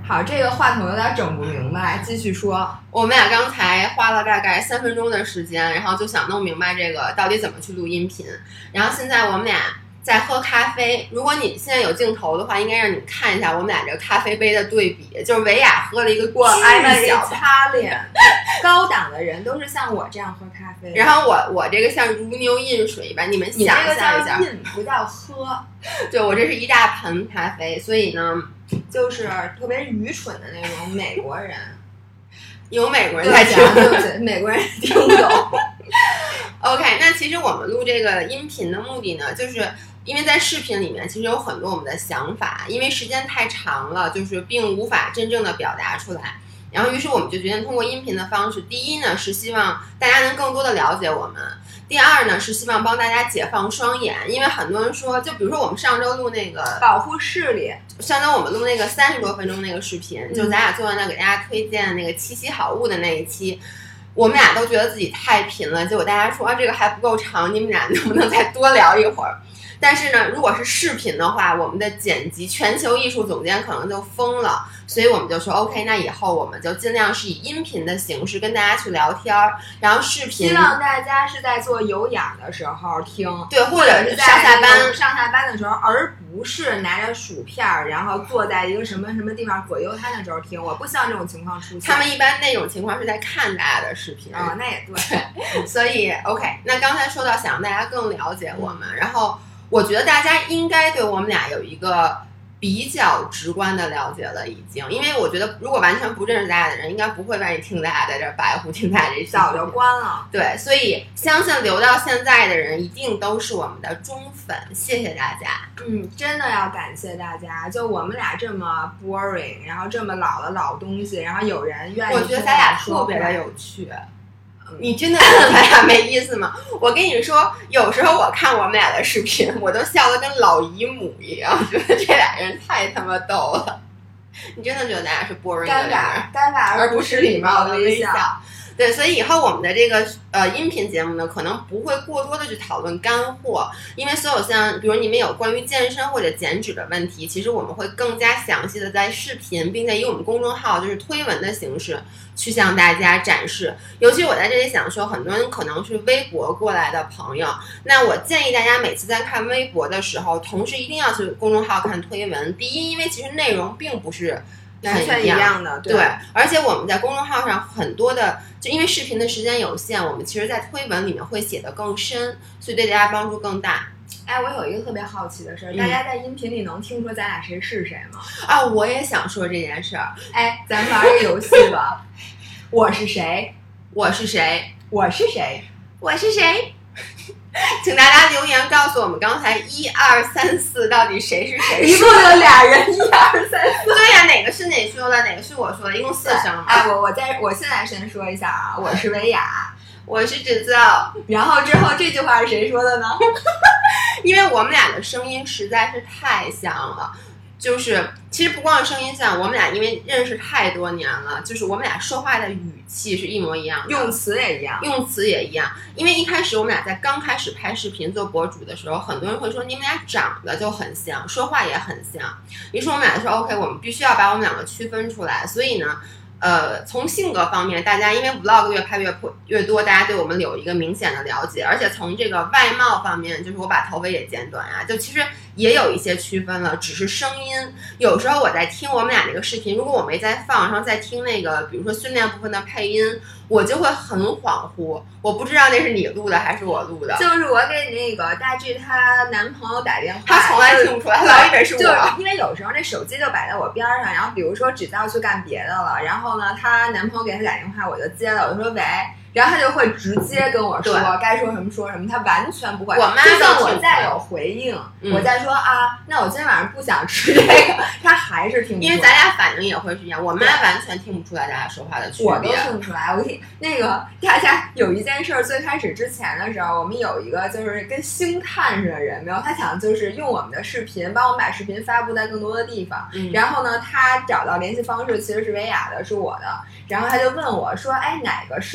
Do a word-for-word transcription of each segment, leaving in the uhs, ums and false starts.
好，这个话筒有点整不明白，继续说。 我们俩刚才花了大概三分钟的时间，然后就想弄明白这个到底怎么去录音频。然后现在我们俩在喝咖啡，如果你现在有镜头的话，应该让你看一下我们俩这个咖啡杯的对比，就是维亚喝了一个我爱巨小擦脸，高档的人都是像我这样喝咖啡， 然后我我这个像如牛饮水一般，你们想象一下， 你这个叫饮不叫喝。 对，我这是一大盆咖啡，所以呢， 就是特别愚蠢的那种美国人， 有美国人在听， 对不起，美国人听不懂。 OK， 那其实我们录这个音频的目的呢，就是因为在视频里面其实有很多我们的想法，因为时间太长了，就是并无法真正的表达出来。然后于是我们就决定通过音频的方式，第一呢是希望大家能更多的了解我们，第二呢是希望帮大家解放双眼，因为很多人说，就比如说我们上周录那个保护视力， 上周我们录那个三十多分钟那个视频，嗯、就咱俩做的那给大家推荐那个七夕好物的那一期，我们俩都觉得自己太贫了，结果大家说啊这个还不够长，你们俩能不能再多聊一会儿？但是呢，如果是视频的话，我们的剪辑全球艺术总监可能就疯了，所以我们就说 OK， 那以后我们就尽量是以音频的形式跟大家去聊天，然后视频希望大家是在做有氧的时候听， 对，或者是在上下班上下班的时候，而不是拿着薯片然后坐在一个什么什么地方葛优瘫的时候听。我不希望这种情况出现。 他们一般那种情况是在看大家的视频啊、哦，那也对。 所以 OK， 那刚才说到想让大家更了解我们，然后我觉得大家应该对我们俩有一个比较直观的了解了已经，因为我觉得如果完全不认识大家的人，应该不会愿意听大家在这白呼，听大家这早就关了。 对，所以相信留到现在的人一定都是我们的忠粉，谢谢大家。 嗯，真的要感谢大家，就我们俩这么 boring， 然后这么老的老东西，然后有人愿意， 我觉得咱俩特别的有趣。你真的觉得咱俩没意思吗？我跟你说，有时候我看我们俩的视频，我都笑得跟老姨母一样，觉得这俩人太他妈逗了。你真的觉得咱俩是 boring 的人， 尴尬，尴尬而不是礼貌的微笑。对，所以以后我们的这个呃音频节目呢，可能不会过多的去讨论干货，因为所有像比如你们有关于健身或者减脂的问题，其实我们会更加详细的在视频，并且以我们公众号就是推文的形式去向大家展示。尤其我在这里想说，很多人可能是微博过来的朋友，那我建议大家每次在看微博的时候，同时一定要去公众号看推文。第一，因为其实内容并不是完全一样的， 对, 对，而且我们在公众号上很多的，就因为视频的时间有限，我们其实在推文里面会写得更深，所以对大家帮助更大。 哎，我有一个特别好奇的事儿、嗯，大家在音频里能听出咱俩谁是谁吗？ 啊，我也想说这件事儿。 哎，咱们玩个游戏吧。我是谁？ 我是谁？ 我是谁？ 我是谁？请大家留言告诉我们刚才一二三四到底谁是谁？ 一共有俩人，一二三四。 对呀、啊，哪个是你说的，哪个是我说的，一共四声嘛。 哎，我我在我现在先说一下啊，我是维亚， 我是芷奏， 然后之后这句话是谁说的呢？ 因为我们俩的声音实在是太像了。就是其实不光是声音像，我们俩因为认识太多年了，就是我们俩说话的语气是一模一样的， 用词也一样， 用词也一样。因为一开始我们俩在刚开始拍视频做博主的时候，很多人会说你们俩长得就很像，说话也很像。于是我们俩说 OK， 我们必须要把我们两个区分出来。所以呢，呃，从性格方面，大家因为 vlog 越拍越越多，大家对我们有一个明显的了解。而且从这个外貌方面，就是我把头发也剪短啊，就其实也有一些区分了，只是声音。有时候我在听我们俩那个视频，如果我没在放，然后再听那个比如说训练部分的配音，我就会很恍惚，我不知道那是你录的还是我录的。 就是我给那个大 G 她男朋友打电话， 他从来听不出来，老以为是我。 就是因为有时候那手机就摆在我边上，然后比如说芷奏去干别的了，然后呢她男朋友给她打电话，我就接了，我就说喂。然后他就会直接跟我说该说什么说什么，他完全不会。 我妈就算我再有回应， 嗯、 我再说啊，那我今天晚上不想吃这个，他还是听不出来。 因为咱俩反应也会是一样，我妈完全听不出来咱俩说话的区别。 我都听不出来。我那个大家有一件事，最开始之前的时候，我们有一个就是跟星探似的人，没有，他想就是用我们的视频帮我们把视频发布在更多的地方。 嗯、 然后呢，他找到联系方式其实是维亚的，是我的。然后他就问我说：“哎，哪个是你啊？”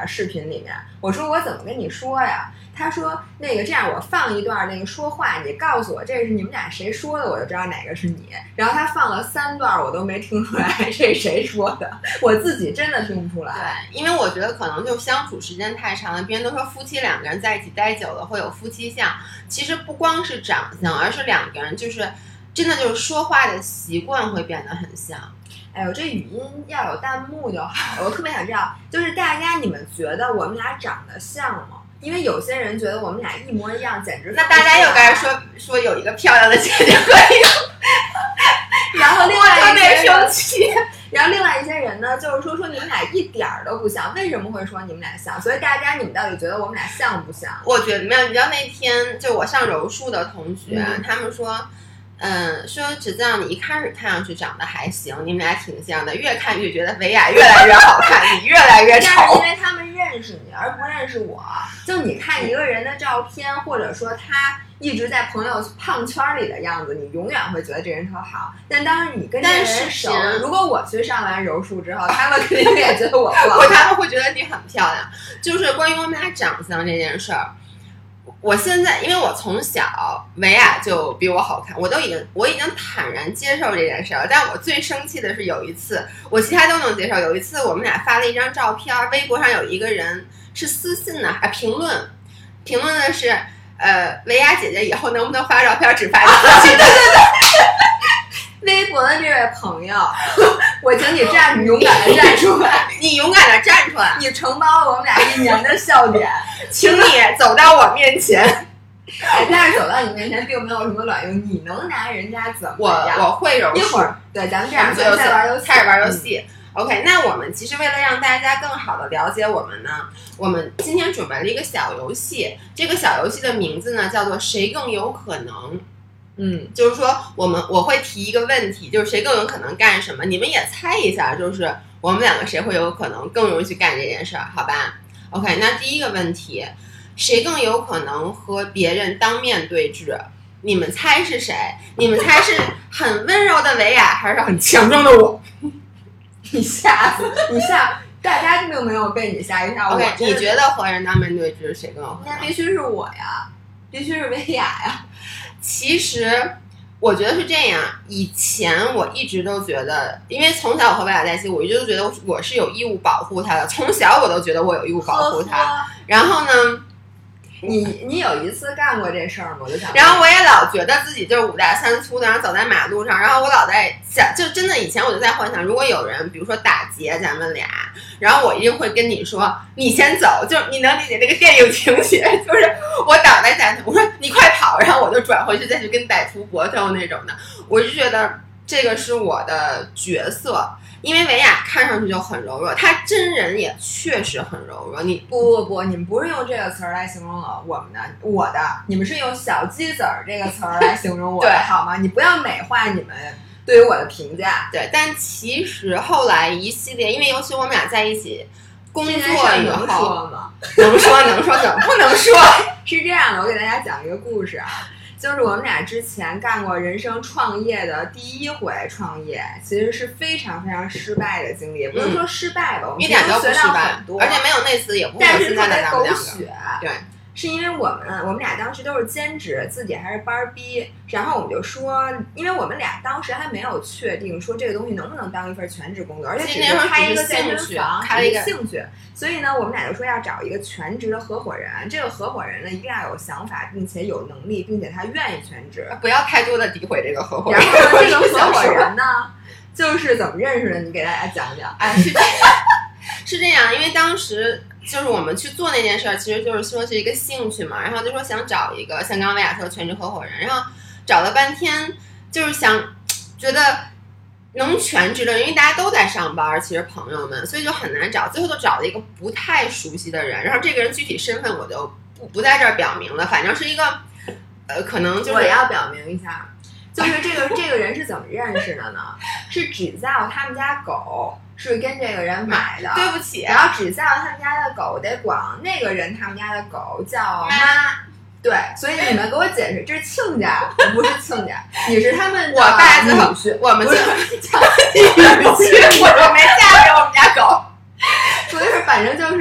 条视频里面。我说我怎么跟你说呀？他说那个这样，我放一段那个说话，你告诉我这是你们俩谁说的，我就知道哪个是你。然后他放了三段，我都没听出来这是谁说的，我自己真的听不出来。 对，因为我觉得可能就相处时间太长了，别人都说夫妻两个人在一起待久了会有夫妻相，其实不光是长相，而是两个人就是真的就是说话的习惯会变得很像。 哎呦，这语音要有弹幕就好了。我特别想知道，就是大家你们觉得我们俩长得像吗？因为有些人觉得我们俩一模一样，简直。 那大家又该说说有一个漂亮的姐姐可以， 然后另外一些人特别生气， 然后另外一些人呢，就是说说你们俩一点儿都不像，为什么会说你们俩像？所以大家你们到底觉得我们俩像不像？ 我觉得没有，你知道那天就我上柔术的同学， 嗯、 他们说。嗯，说只知道你一开始看上去长得还行，你们俩挺像的，越看越觉得维亚越来越好看，你越来越丑。 但是因为他们认识你，而不认识我。就你看一个人的照片，或者说他一直在朋友胖圈里的样子，你永远会觉得这人特好。但当你跟这个人熟了，如果我去上完柔术之后，他们肯定也觉得我不好， 他们会觉得你很漂亮。就是关于我们俩长相这件事儿。我现在因为我从小维亚就比我好看，我都已经我已经坦然接受这件事了。但我最生气的是有一次，我其他都能接受。有一次我们俩发了一张照片，微博上有一个人是私信呢，还评论，评论的是呃维亚姐姐以后能不能发照片只发你自己的？ 对对对。微博的这位朋友，我请你站，你勇敢的站出来， 你勇敢的站出来， 你承包了我们俩一年的笑点， 请你走到我面前。 哎，但是走到你面前并没有什么卵用，你能拿人家怎么样？ 我我会柔术。 一会儿，对，咱们这样，咱们再玩游戏， 开始玩游戏。嗯、OK， 那我们其实为了让大家更好的了解我们呢，我们今天准备了一个小游戏。这个小游戏的名字呢叫做“谁更有可能”。嗯，就是说我们我会提一个问题，就是谁更有可能干什么，你们也猜一下，就是我们两个谁会有可能更容易去干这件事儿，好吧 ？OK， 那第一个问题，谁更有可能和别人当面对质？你们猜是谁？你们猜是很温柔的维亚，还是很强壮的我？ 你吓死你吓！大家并没有被你吓一跳。 OK， 你觉得和人当面对质谁更有可能？ 那必须是我呀，必须是维亚呀。 其实我觉得是这样，以前我一直都觉得，因为从小我和维亚在一起，我一直都觉得我是有义务保护他的，从小我都觉得我有义务保护他。呵呵然后呢， 你你有一次干过这事儿吗？我就想， 然后我也老觉得自己就是五大三粗的，然后走在马路上，然后我老在想，就真的以前我就在幻想，如果有人比如说打劫咱们俩，然后我一定会跟你说你先走，就你能理解那个电影情节，就是我倒在下头，我说你快跑，然后我就转回去再去跟歹徒搏斗那种的。我就觉得这个是我的角色，因为维亚看上去就很柔弱，她真人也确实很柔弱。你不不不，你们不是用这个词儿来形容了我们的我的，你们是用小鸡子儿这个词儿来形容我的，好吗？你不要美化你们对于我的评价。 对，但其实后来一系列，因为尤其我们俩在一起工作以后， 能说吗？ 能说能说，怎么不能说？ 是这样的，我给大家讲一个故事啊。就是我们俩之前干过人生创业的第一回创业，其实是非常非常失败的经历，也不能说失败吧， 嗯、 我们一点都不失败， 很多， 而且没有那次也不会有现在的咱们两个。 但是特别狗血， 对。 是因为我们我们俩当时都是兼职，自己还是班逼，然后我们就说，因为我们俩当时还没有确定说这个东西能不能当一份全职工作，而且只是开一个健身房， 开了一个兴趣，所以呢，我们俩就说要找一个全职的合伙人。这个合伙人呢，一定要有想法，并且有能力，并且他愿意全职。 不要太多的诋毁这个合伙人。 然后呢，这个合伙人呢，就是怎么认识的？你给大家讲讲。 哎，是这样，是这样，因为当时。就是我们去做那件事儿，其实就是说是一个兴趣嘛，然后就说想找一个像刚刚维亚说的全职合伙人，然后找了半天，就是想觉得能全职的人，因为大家都在上班，其实朋友们，所以就很难找，最后就找了一个不太熟悉的人，然后这个人具体身份我就不不在这儿表明了，反正是一个呃，可能就是我要表明一下，就是这个这个人是怎么认识的呢？是只造他们家狗。是跟这个人买的， 对不起。 然后只叫他们家的狗得管那个人他们家的狗叫妈，对，所以你们给我解释，这是亲家，不是亲家，你是他们我爸女婿， 我们就叫女婿，我就没嫁给我们家狗。 所以反正就是这么一种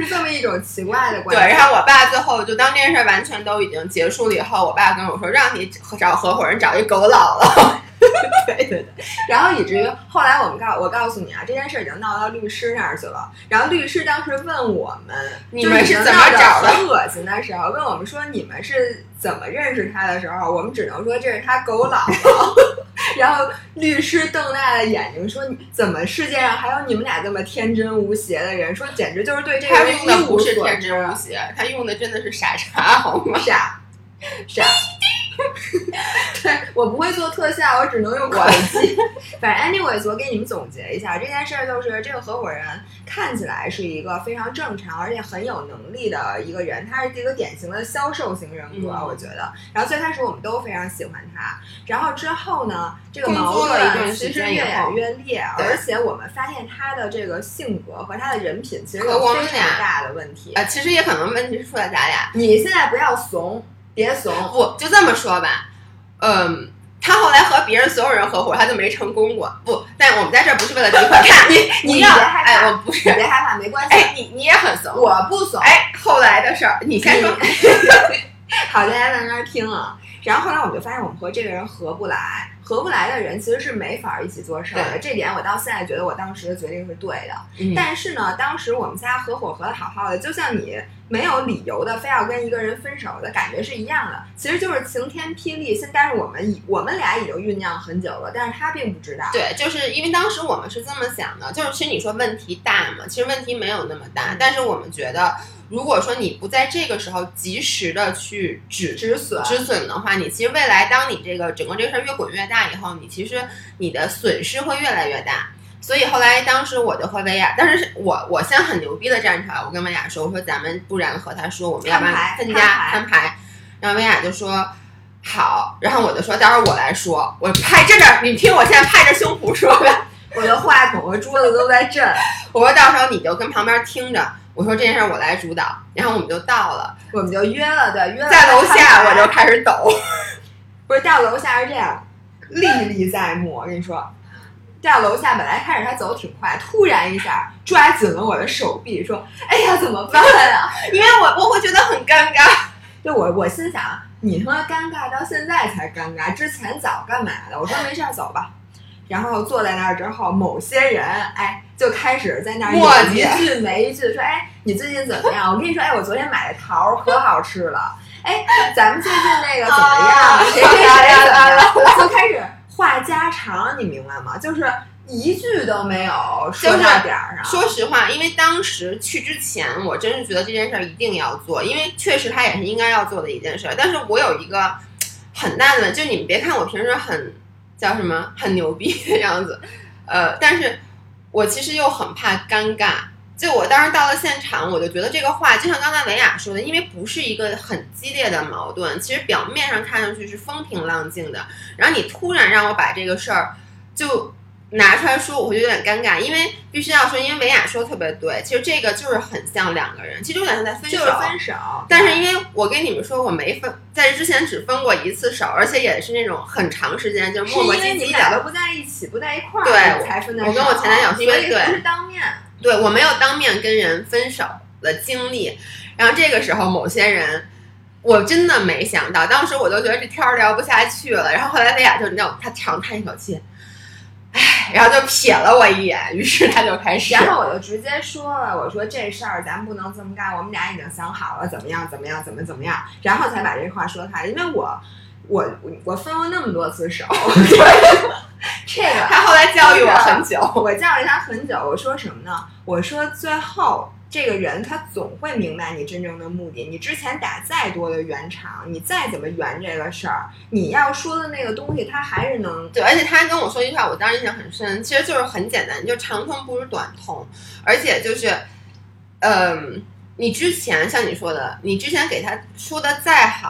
种奇怪的关系。 对，然后我爸最后就当这件事完全都已经结束了以后，我爸跟我说让你找合伙人找一狗姥姥。 对对对，然后以至于后来我们告我告诉你啊，这件事已经闹到律师那儿去了。然后律师当时问我们， 你们是怎么找的？ 很恶心的时候，问我们说你们是怎么认识他的时候，我们只能说这是他狗姥姥。然后律师瞪大了眼睛说：“怎么世界上还有你们俩这么天真无邪的人？说简直就是对这个人一无所知。”他用的不是天真无邪，他用的真的是傻叉，好吗？ 傻傻。对，我不会做特效，我只能用口技。反正 anyways， 我给你们总结一下这件事儿，就是这个合伙人看起来是一个非常正常而且很有能力的一个人，他是一个典型的销售型人格，嗯、我觉得。然后最开始我们都非常喜欢他，然后之后呢，这个矛盾其实越演越烈，而且我们发现他的这个性格和他的人品其实有非常大的问题。 啊，其实也可能问题是出在咱俩。 你现在不要怂。别怂， 不就这么说吧，嗯，他后来和别人所有人合伙，他就没成功过。不，但我们在这儿不是为了诋毁他，你你要别害怕， 哎，我不是， 别害怕，没关系。 哎，你你也很怂， 我不怂。 哎，后来的事儿你先说。 好，大家在那儿听啊。然后后来我们就发现，我们和这个人合不来，合不来的人其实是没法一起做事的。这点我到现在觉得我当时的决定是对的。 嗯、 但是呢，当时我们仨合伙合得好好的，就像你没有理由的非要跟一个人分手的感觉是一样的，其实就是晴天霹雳。现但是我们已我们俩已经酝酿很久了，但是他并不知道。 对，就是因为当时我们是这么想的，就是其实你说问题大嘛，其实问题没有那么大，但是我们觉得。如果说你不在这个时候及时的去止止损止损的话，你其实未来当你这个整个这个事儿越滚越大以后，你其实你的损失会越来越大。所以后来当时我就和薇娅，当时是我我先很牛逼的站出来，我跟薇娅说，我说咱们不然和他说我们要不然分家摊牌，然后薇娅就说好，然后我就说待会儿我来说，我拍真的，你听我现在拍着胸脯说吧， 我的话筒和桌子都在震， 我说到时候你就跟旁边听着。我说这件事我来主导，然后我们就到了， 我们就约了，对，约了在楼下我就开始抖， 不是到楼下是这样，历历在目。我跟你说，到楼下本来开始他走挺快，突然一下抓紧了我的手臂，说：“哎呀，怎么办啊？” 因为我我会觉得很尴尬。 就我我心想，你他妈尴尬到现在才尴尬，之前早干嘛的？我说没事儿，走吧。然后坐在那儿之后，某些人哎就开始在那儿有一句没一句说：“哎，你最近怎么样？我跟你说，哎，我昨天买的桃可好吃了。哎，咱们最近那个怎么样？谁谁谁怎么样？”就开始话家常，你明白吗？就是一句都没有说到点儿上。 说实话，因为当时去之前，我真是觉得这件事一定要做，因为确实它也是应该要做的一件事。但是我有一个很大的，就你们别看我平时很。叫什么很牛逼的样子，呃，但是我其实又很怕尴尬。就我当时到了现场，我就觉得这个话，就像刚才维亚说的，因为不是一个很激烈的矛盾，其实表面上看上去是风平浪静的，然后你突然让我把这个事儿就拿出来说，我会有点尴尬，因为必须要说，因为维亚说的特别对，其实这个就是很像两个人，其实有点像在分手， 就是分手。 但是因为我跟你们说，我没分，在之前只分过一次手，而且也是那种很长时间，就是磨磨唧唧的。 是因为你们俩都不在一起，不在一块儿， 对， 才分的手。 我跟我前男友是因为对， 不是当面， 对我没有当面跟人分手的经历。然后这个时候，某些人。我真的没想到，当时我都觉得这天聊不下去了。然后后来薇娅就你知道，她长叹一口气，唉，然后就瞥了我一眼，于是她就开始。 然后我就直接说了，我说这事儿咱不能这么干，我们俩已经想好了怎么样怎么样怎么怎么样，然后才把这话说开。因为我我我分过那么多次手，这个他后来教育我很久， 我教育他很久。我说什么呢？我说最后。这个人他总会明白你真正的目的，你之前打再多的圆场，你再怎么圆这个事儿，你要说的那个东西他还是能对。而且他跟我说一句话我当时印象很深，其实就是很简单，就长痛不如短痛。而且就是嗯、呃，你之前像你说的，你之前给他说的再好，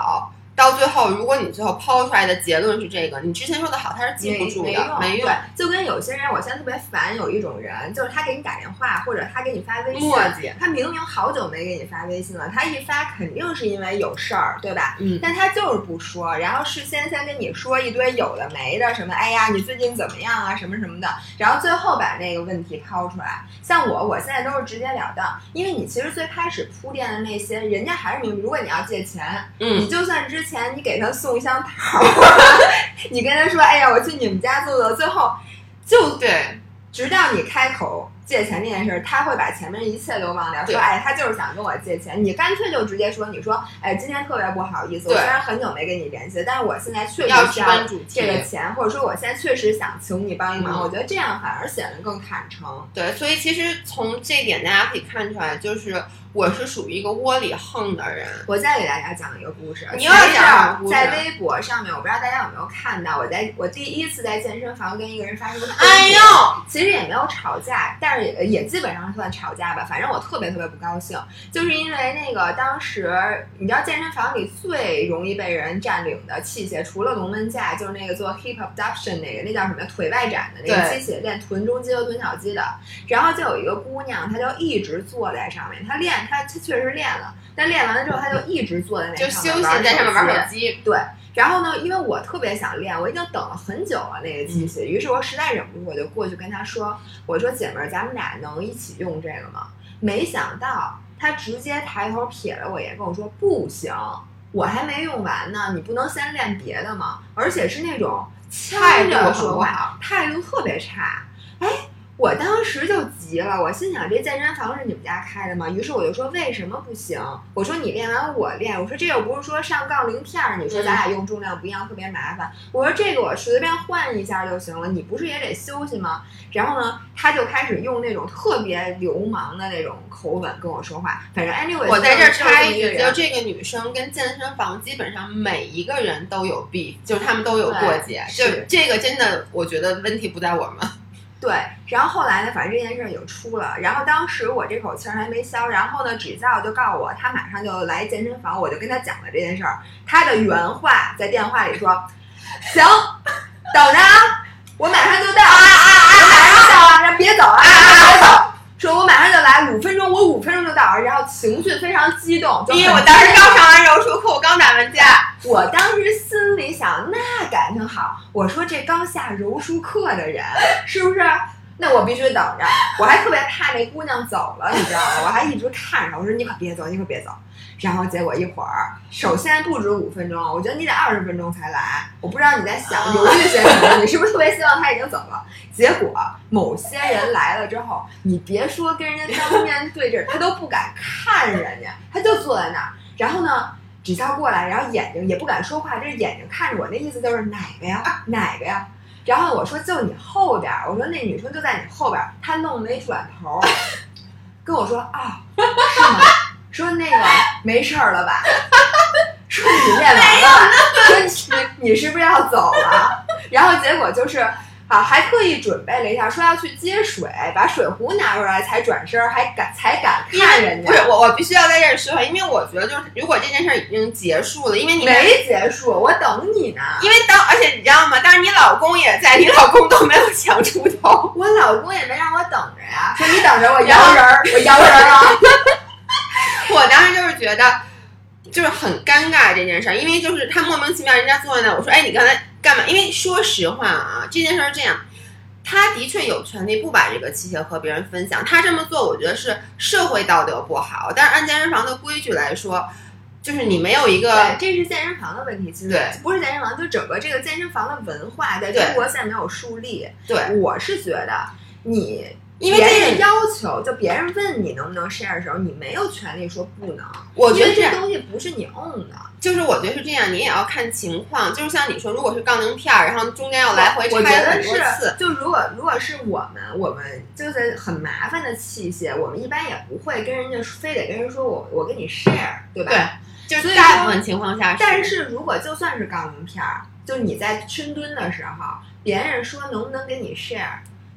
到最后，如果你最后抛出来的结论是这个，你之前说的好，他是记不住的， 没用。 没用。 对，就跟有些人，我现在特别烦，有一种人，就是他给你打电话或者他给你发微信， 磨叽， 他明明好久没给你发微信了，他一发肯定是因为有事儿，对吧？ 嗯。 但他就是不说，然后事先先跟你说一堆有的没的，什么哎呀你最近怎么样啊，什么什么的，然后最后把那个问题抛出来。像我，我现在都是直截了当，因为你其实最开始铺垫的那些，人家还是明白，如果你要借钱， 嗯， 你就算之前你给他送一箱桃，你跟他说，哎呀，我去你们家坐坐，最后就对， 直到你开口借钱这件事，他会把前面一切都忘掉，说，哎，他就是想跟我借钱，你干脆就直接说，你说，哎，今天特别不好意思，我虽然很久没跟你联系，但是我现在确实需要这个钱，或者说我现在确实想请你帮一忙，嗯、我觉得这样反而显得更坦诚。 对，所以其实从这点大家可以看出来，就是我是属于一个窝里横的人。 我再给大家讲一个故事， 你要讲故事， 在微博上面，我不知道大家有没有看到，我在我第一次在健身房跟一个人发生过， 哎呦， 其实也没有吵架，但是也也基本上算吵架吧。反正我特别特别不高兴，就是因为那个当时你知道健身房里最容易被人占领的器械，除了龙门架，就是那个做 hip abduction 那个那叫什么腿外展的那个机器，练臀中肌和臀小肌的。然后就有一个姑娘，她就一直坐在上面，她练。他确实练了，但练完了之后，他就一直坐在那上面就休息在上面玩手机。 对，然后呢，因为我特别想练，我已经等了很久了那个机器，嗯、于是我实在忍不住，我就过去跟他说：“我说姐妹儿，咱们俩能一起用这个吗？”没想到他直接抬头瞥了我一眼，跟我说：“不行，我还没用完呢，你不能先练别的吗？”而且是那种态度说话，态度特别差。哎。我当时就急了，我心想这健身房是你们家开的吗？于是我就说为什么不行？我说你练完我练，我说这又不是说上杠铃片儿，你说咱俩用重量不一样特别麻烦。我说这个我随便换一下就行了，你不是也得休息吗？然后呢，他就开始用那种特别流氓的那种口吻跟我说话。反正 anyway， 我在这儿插一句，就这个女生跟健身房基本上每一个人都有 beef， 就是他们都有过节。就这个真的，我觉得问题不在我们。 对，然后后来呢，反正这件事已经出了，然后当时我这口气儿还没消，然后呢，指教就告诉我，他马上就来健身房，我就跟他讲了这件事儿。他的原话在电话里说：“行，等着啊，我马上就到，啊啊啊，我马上到啊，别走啊，别走。”说我马上就来，五分钟，我五分钟就到，然后情绪非常激动， 因为我当时刚上完柔术课，我刚打完架， 我当时心里想，那感情好，我说这刚下柔术课的人，是不是？那我必须等着，我还特别怕那姑娘走了，你知道吗？我还一直看着，我说你可别走，你可别走。然后结果一会儿，首先不止五分钟，我觉得你得二十分钟才来。我不知道你在想犹豫些什么，你是不是特别希望他已经走了？结果某些人来了之后，你别说跟人家当面对着，他都不敢看人家，他就坐在那儿。然后呢，指教过来，然后眼睛也不敢说话，这眼睛看着我，那意思就是哪个呀，哪个呀？然后我说就你后边，我说那女生就在你后边，她愣没转头，跟我说啊，是吗？说那个没事儿了吧？说你练完了，说你你是不是要走了？然后结果就是啊，还特意准备了一下，说要去接水，把水壶拿出来才转身，还敢才敢看人家。 不是我，我必须要在这儿说，因为我觉得就是如果这件事已经结束了，因为你没结束，我等你呢。 因为当而且你知道吗？当时你老公也在，你老公都没有抢出头， 我老公也没让我等着呀，说你等着我摇人儿，我摇人儿啊。 我当时就是觉得就是很尴尬这件事儿，因为就是他莫名其妙人家坐在那，我说哎你刚才干嘛？因为说实话啊，这件事儿这样，他的确有权利不把这个器械和别人分享，他这么做我觉得是社会道德不好，但是按健身房的规矩来说，就是你没有一个， 这是健身房的问题，其实对， 不是健身房，就整个这个健身房的文化在中国现在没有树立。 对， 我是觉得你。 因为别人要求，就别人问你能不能 share 的时候，你没有权利说不能。 我觉得这东西不是你 own 的， 就是我觉得是这样，你也要看情况。就是像你说，如果是杠铃片，然后中间要来回拆很多次， 就如果如果是我们，我们就是很麻烦的器械，我们一般也不会跟人家非得跟人说我我跟你 share， 对吧？ 对，就是大部分情况下是。 但是如果就算是杠铃片，就你在深蹲的时候，别人说能不能跟你 share。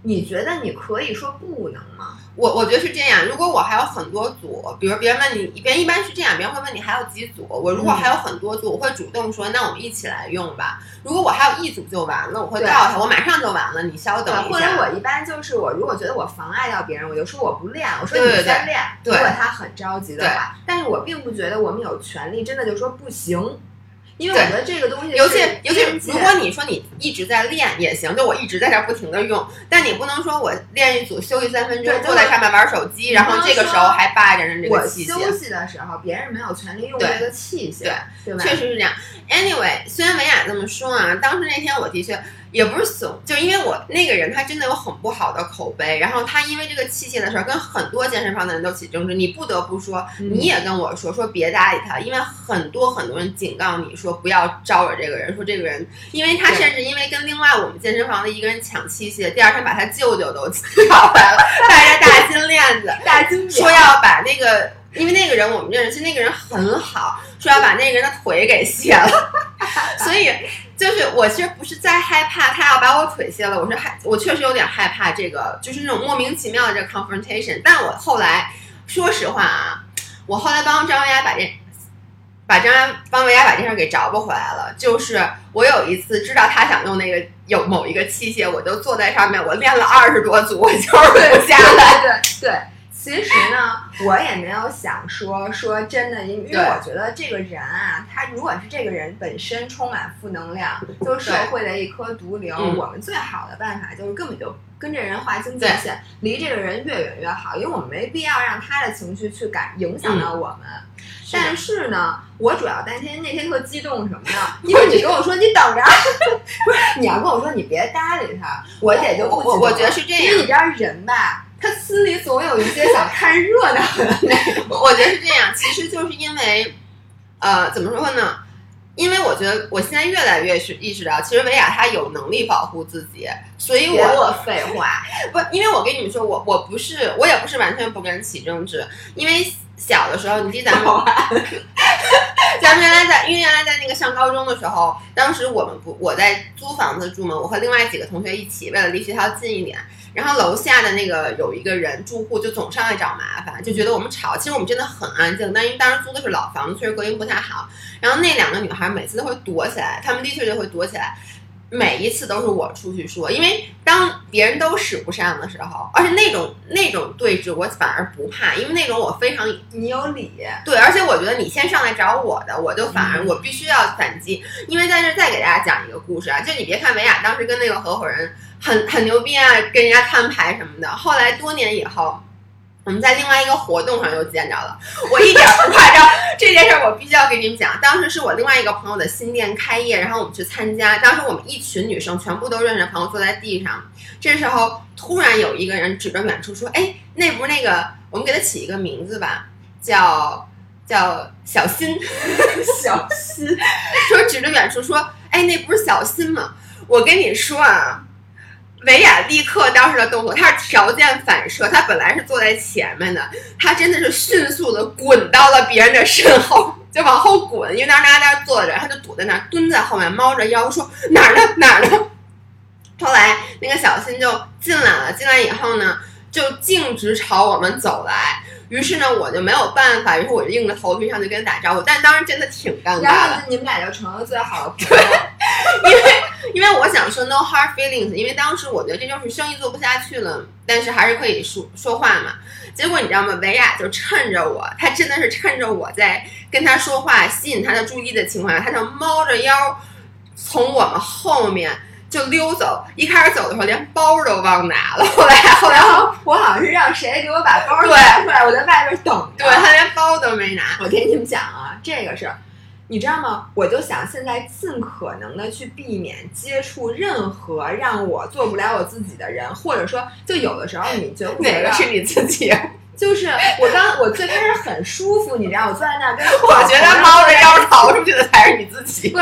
你觉得你可以说不能吗？ 我我觉得是这样，如果我还有很多组，比如别人问你，别人一般是这样，别人会问你还有几组，我如果还有很多组，我会主动说，那我们一起来用吧。如果我还有一组就完了，我会告诉他，我马上就完了，你稍等一下。 或者我一般就是我如果觉得我妨碍到别人，我就说我不练，我说你先练。 对对对， 如果他很着急的话，但是我并不觉得我们有权利真的就说不行。因为我觉得这个东西， 尤其尤其如果你说你一直在练也行，就我一直在这不停的用，但你不能说我练一组休息三分钟，坐在上面玩手机，然后这个时候还扒着人这个器械。 我休息的时候，别人没有权利用这个器械， 对对吧？ 确实是这样。Anyway， 虽然维亚这么说啊，当时那天我的确也不是怂，就因为我那个人他真的有很不好的口碑，然后他因为这个器械的事儿跟很多健身房的人都起争执，你不得不说， 嗯、 你也跟我说说别搭理他，因为很多很多人警告你说不要招惹这个人，说这个人，因为他甚至因为跟另外我们健身房的一个人抢器械，第二天把他舅舅都找来了，带着大金链子， 大金说要把那个。因为那个人我们认识，其实那个人很好，说要把那个人的腿给卸了，所以就是我其实不是在害怕他要把我腿卸了，我是害，我确实有点害怕这个，就是那种莫名其妙的这个 confrontation。但我后来说实话啊，我后来帮张维亚把这把张帮维亚把这事儿给找不回来了。就是我有一次知道他想用那个有某一个器械，我就坐在上面，我练了二十多组，我就是不下来。 对对对。其实呢，我也没有想说说真的，因为我觉得这个人啊，他如果是这个人本身充满负能量，就是社会的一颗毒瘤，我们最好的办法就是根本就跟这人划清界限，离这个人越远越好，因为我们没必要让他的情绪去感影响到我们。嗯、但是呢，我主要担心那天特激动什么呢？因为你跟我说你等着，不是你要跟我说你别搭理他，我也就不激动了。 我我觉得是这样， 因为你知道人吧。他心里总有一些想看热闹的那种， 我觉得是这样。其实就是因为，呃，怎么说呢？因为我觉得我现在越来越是意识到，其实维亚她有能力保护自己，所以我我废话不，因为我跟你们说，我我不是，我也不是完全不跟人起争执，因为小的时候，你记得咱们，咱们原来在，因为原来在那个上高中的时候，当时我们不，我在租房子住嘛，我和另外几个同学一起，为了离学校近一点。然后楼下的那个有一个人住户就总上来找麻烦，就觉得我们吵。其实我们真的很安静，但因为当时租的是老房子，确实隔音不太好。然后那两个女孩每次都会躲起来，她们的确就会躲起来。每一次都是我出去说，因为当别人都使不上的时候，而且那种那种对峙我反而不怕，因为那种我非常你有理， 对，而且我觉得你先上来找我的，我就反而我必须要反击。因为在这再给大家讲一个故事啊，就你别看维亚当时跟那个合伙人很很牛逼啊，跟人家摊牌什么的，后来多年以后。我们在另外一个活动上又见着了，我一点不夸张，这件事我必须要给你们讲。当时是我另外一个朋友的新店开业，然后我们去参加。当时我们一群女生全部都认识的朋友坐在地上，这时候突然有一个人指着远处说：“哎，那不是那个，我们给他起一个名字吧，叫叫小新， 小新。” 说指着远处说：“哎，那不是小新吗？我跟你说啊。”维亚立刻当时的动作，他是条件反射，他本来是坐在前面的，他真的是迅速的滚到了别人的身后，就往后滚，因为当时大家在那坐着，他就躲在那儿，蹲在后面，猫着腰说哪儿呢哪儿呢。后来那个小新就进来了，进来以后呢，就径直朝我们走来。于是呢，我就没有办法，于是我就硬着头皮上去跟他打招呼，但当时真的挺尴尬的。 然后你们俩就成了最好的朋友。 因为因为我想说 no hard feelings， 因为当时我觉得这就是生意做不下去了，但是还是可以说说话嘛。结果你知道吗？维亚就趁着我，他真的是趁着我在跟他说话吸引他的注意的情况下，他就猫着腰从我们后面就溜走。一开始走的时候连包都忘拿了，后来后来我好像是让谁给我把包拿出来，我在外边等着。 对，他连包都没拿。 我跟你们讲啊，这个是你知道吗？我就想现在尽可能的去避免接触任何让我做不了我自己的人，或者说就有的时候你觉得哪个是你自己？ 就是我刚我最开始很舒服，你知道我坐在那儿跟我觉得猫着腰逃出去的才是你自己。 不是，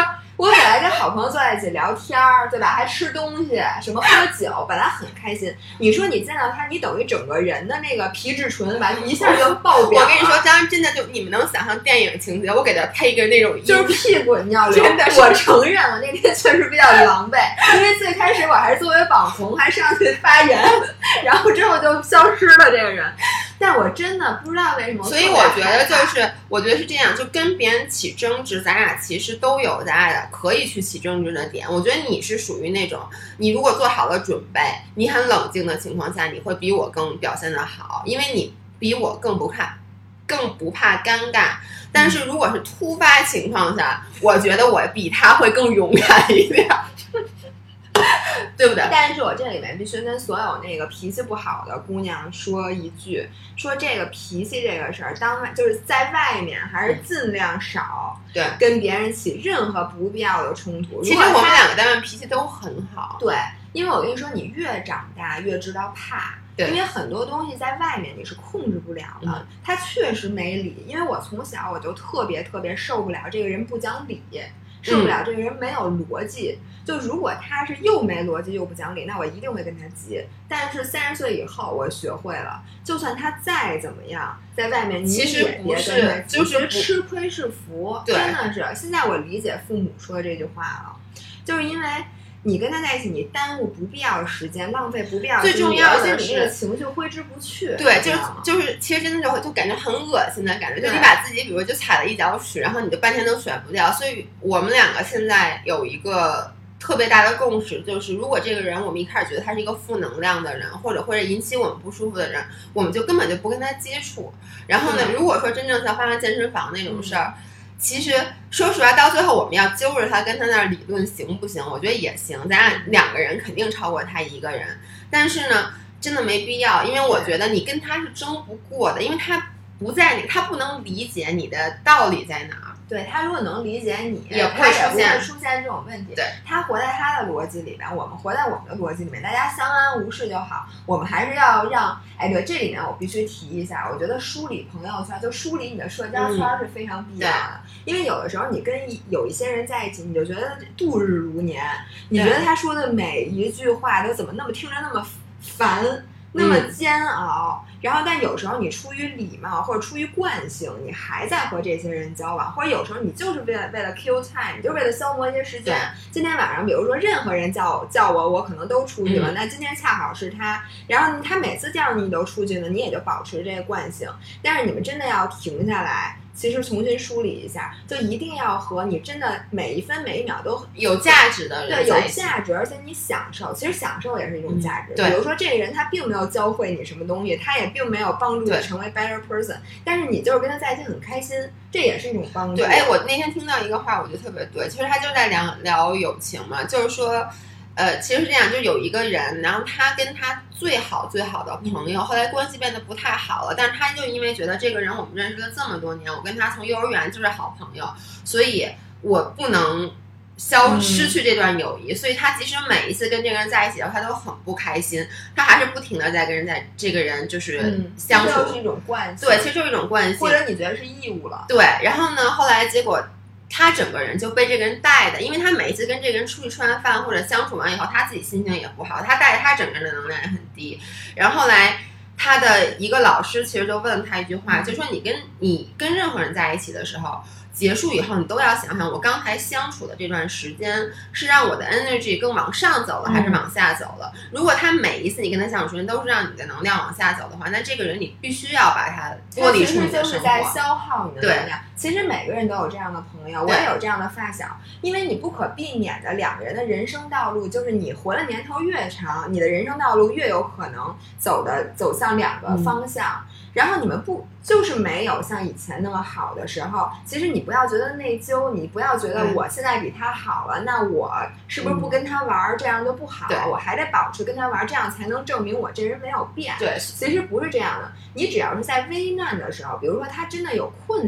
我本来跟好朋友坐在一起聊天儿，对吧？还吃东西，什么喝酒，本来很开心。你说你见到他，你等于整个人的那个皮质醇完一下就爆表了。 我跟你说，当时真的就你们能想象电影情节，我给他配一个那种音， 就是屁滚尿流。 真的， 我承认了，那天确实比较狼狈，因为最开始我还是作为网红，还上去发言，然后之后就消失了这个人。但我真的不知道为什么， 所以我觉得就是，我觉得是这样，就跟别人起争执，咱俩其实都有咱俩可以去起争执的点。我觉得你是属于那种，你如果做好了准备，你很冷静的情况下，你会比我更表现得好，因为你比我更不怕，更不怕尴尬。但是如果是突发情况下，我觉得我比他会更勇敢一点。对不对？ 但是我这里面必须跟所有那个脾气不好的姑娘说一句，说这个脾气这个事儿，当就是在外面还是尽量少对跟别人起任何不必要的冲突。 其实我们两个单位脾气都很好， 对，因为我跟你说，你越长大越知道怕。 对， 因为很多东西在外面你是控制不了的， 嗯、 他确实没理。因为我从小我就特别特别受不了这个人不讲理，受不了这个人没有逻辑。嗯、就如果他是又没逻辑又不讲理，那我一定会跟他急。但是三十岁以后，我学会了，就算他再怎么样，在外面你也别跟他急，就是吃亏是福，真的是。现在我理解父母说的这句话了，就是因为。你跟他在一起，你耽误不必要的时间，浪费不必要的最重要的是， 而且你这个情绪挥之不去。 对，就是就是，其实真的就就感觉很恶心的感觉，就你把自己，比如就踩了一脚屎，然后你就半天都甩不掉。所以我们两个现在有一个特别大的共识，就是如果这个人我们一开始觉得他是一个负能量的人，或者或者引起我们不舒服的人，我们就根本就不跟他接触。然后呢，如果说真正像发生健身房那种事儿。嗯其实说实话，到最后我们要揪着他跟他那儿理论行不行？我觉得也行，咱俩两个人肯定超过他一个人。但是呢，真的没必要，因为我觉得你跟他是争不过的，因为他不在你，他不能理解你的道理在哪儿。 对，他如果能理解你， 也不会出现出现这种问题。 对， 他活在他的逻辑里面，我们活在我们的逻辑里面，大家相安无事就好。我们还是要让，哎，对，这里面我必须提一下，我觉得梳理朋友圈，就梳理你的社交圈是非常必要的。嗯、因为有的时候你跟有一些人在一起，你就觉得度日如年，你觉得他说的每一句话都怎么那么听着那么烦。那么煎熬、嗯，然后但有时候你出于礼貌或者出于惯性，你还在和这些人交往，或者有时候你就是为了为了 kill time， 你就是为了消磨一些时间。今天晚上，比如说任何人叫我叫我，我可能都出去了、嗯。那今天恰好是他，然后他每次叫你都出去呢，你也就保持这个惯性。但是你们真的要停下来。其实重新梳理一下，就一定要和你真的每一分每一秒都有价值的人， 对，有价值，而且你享受。其实享受也是一种价值。 嗯、对， 比如说这个人他并没有教会你什么东西，他也并没有帮助你成为 better person， 但是你就是跟他在一起很开心，这也是一种帮助。 对，哎，我那天听到一个话，我觉得特别对。其实他就在聊聊友情嘛，就是说。呃，其实是这样，就有一个人，然后他跟他最好最好的朋友，后来关系变得不太好了，但是他就因为觉得这个人我们认识了这么多年，我跟他从幼儿园就是好朋友，所以我不能消失去这段友谊、嗯、所以他即使每一次跟这个人在一起，他都很不开心，他还是不停的在跟人在这个人就是相处， 嗯、就是一种惯性， 对，其实就是一种惯性， 或者你觉得是义务了， 对，然后呢，后来结果。他整个人就被这个人带的，因为他每一次跟这个人出去吃完饭或者相处完以后，他自己心情也不好，他带着他整个人的能量也很低。然后后来他的一个老师其实就问他一句话，就说你跟你跟任何人在一起的时候，结束以后你都要想想，我刚才相处的这段时间是让我的 energy 更往上走了还是往下走了、嗯、如果他每一次你跟他相处时间都是让你的能量往下走的话，那这个人你必须要把他剥离出你的生活， 其实就是在消耗你的能量。其实每个人都有这样的朋友，我也有这样的发小，因为你不可避免的两个人的人生道路，就是你活的年头越长，你的人生道路越有可能走的走向两个方向、嗯，然后你们不就是没有像以前那么好的时候，其实你不要觉得内疚，你不要觉得我现在比他好了、嗯、那我是不是不跟他玩、嗯、这样就不好，我还得保持跟他玩，这样才能证明我这人没有变。 对， 其实不是这样的，你只要是在危难的时候，比如说他真的有困难，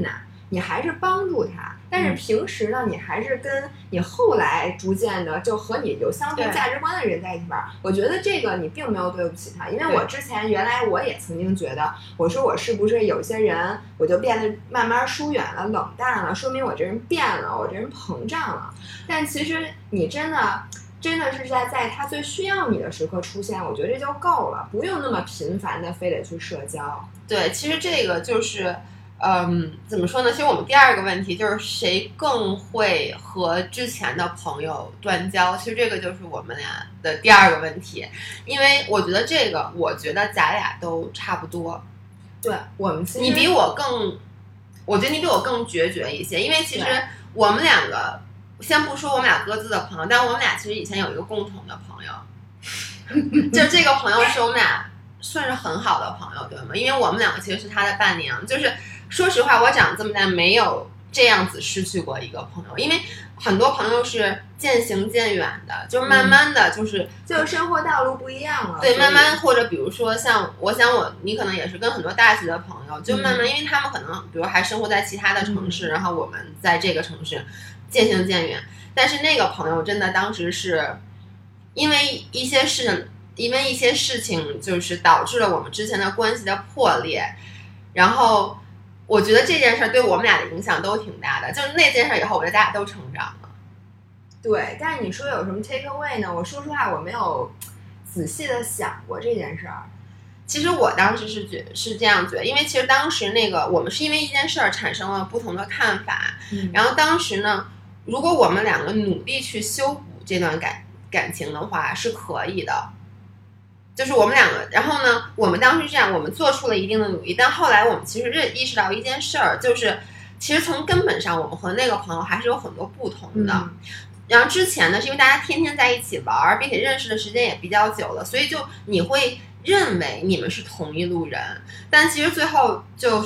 你还是帮助他，但是平时呢，你还是跟你后来逐渐的就和你有相同价值观的人在一起玩。我觉得这个你并没有对不起他，因为我之前原来我也曾经觉得，我说我是不是有些人我就变得慢慢疏远了、冷淡了，说明我这人变了，我这人膨胀了。但其实你真的。真的是在在他最需要你的时刻出现，我觉得这就够了，不用那么频繁的非得去社交。 对，其实这个就是，嗯，怎么说呢？其实我们第二个问题就是谁更会和之前的朋友断交？其实这个就是我们俩的第二个问题，因为我觉得这个，我觉得咱俩都差不多。 对，我们其实你比我更，我觉得你比我更决绝一些，因为其实我们两个。先不说我们俩各自的朋友，但我们俩其实以前有一个共同的朋友，就这个朋友是我们俩算是很好的朋友，对吗？因为我们两个其实是他的伴娘，就是说实话，我长这么大没有这样子失去过一个朋友，因为很多朋友是渐行渐远的，就是慢慢的就是、嗯、 就生活道路不一样了， 对，慢慢或者比如说像我想我你可能也是跟很多大学的朋友，就慢慢、嗯、因为他们可能比如还生活在其他的城市、嗯、然后我们在这个城市渐行渐远，但是那个朋友真的当时是因为一些事情，因为一些事情就是导致了我们之前的关系的破裂，然后我觉得这件事对我们俩的影响都挺大的，就是那件事以后，我觉得咱俩都成长了。 对，但是你说有什么 take away 呢？我说实话，我没有仔细的想过这件事儿。 其实我当时是觉是这样觉得，因为其实当时那个我们是因为一件事儿产生了不同的看法，嗯、然后当时呢。如果我们两个努力去修补这段感感情的话，是可以的。就是我们两个，然后呢，我们当时这样，我们做出了一定的努力，但后来我们其实认意识到一件事儿，就是其实从根本上，我们和那个朋友还是有很多不同的。嗯、然后之前呢，是因为大家天天在一起玩，并且认识的时间也比较久了，所以就你会认为你们是同一路人，但其实最后就是。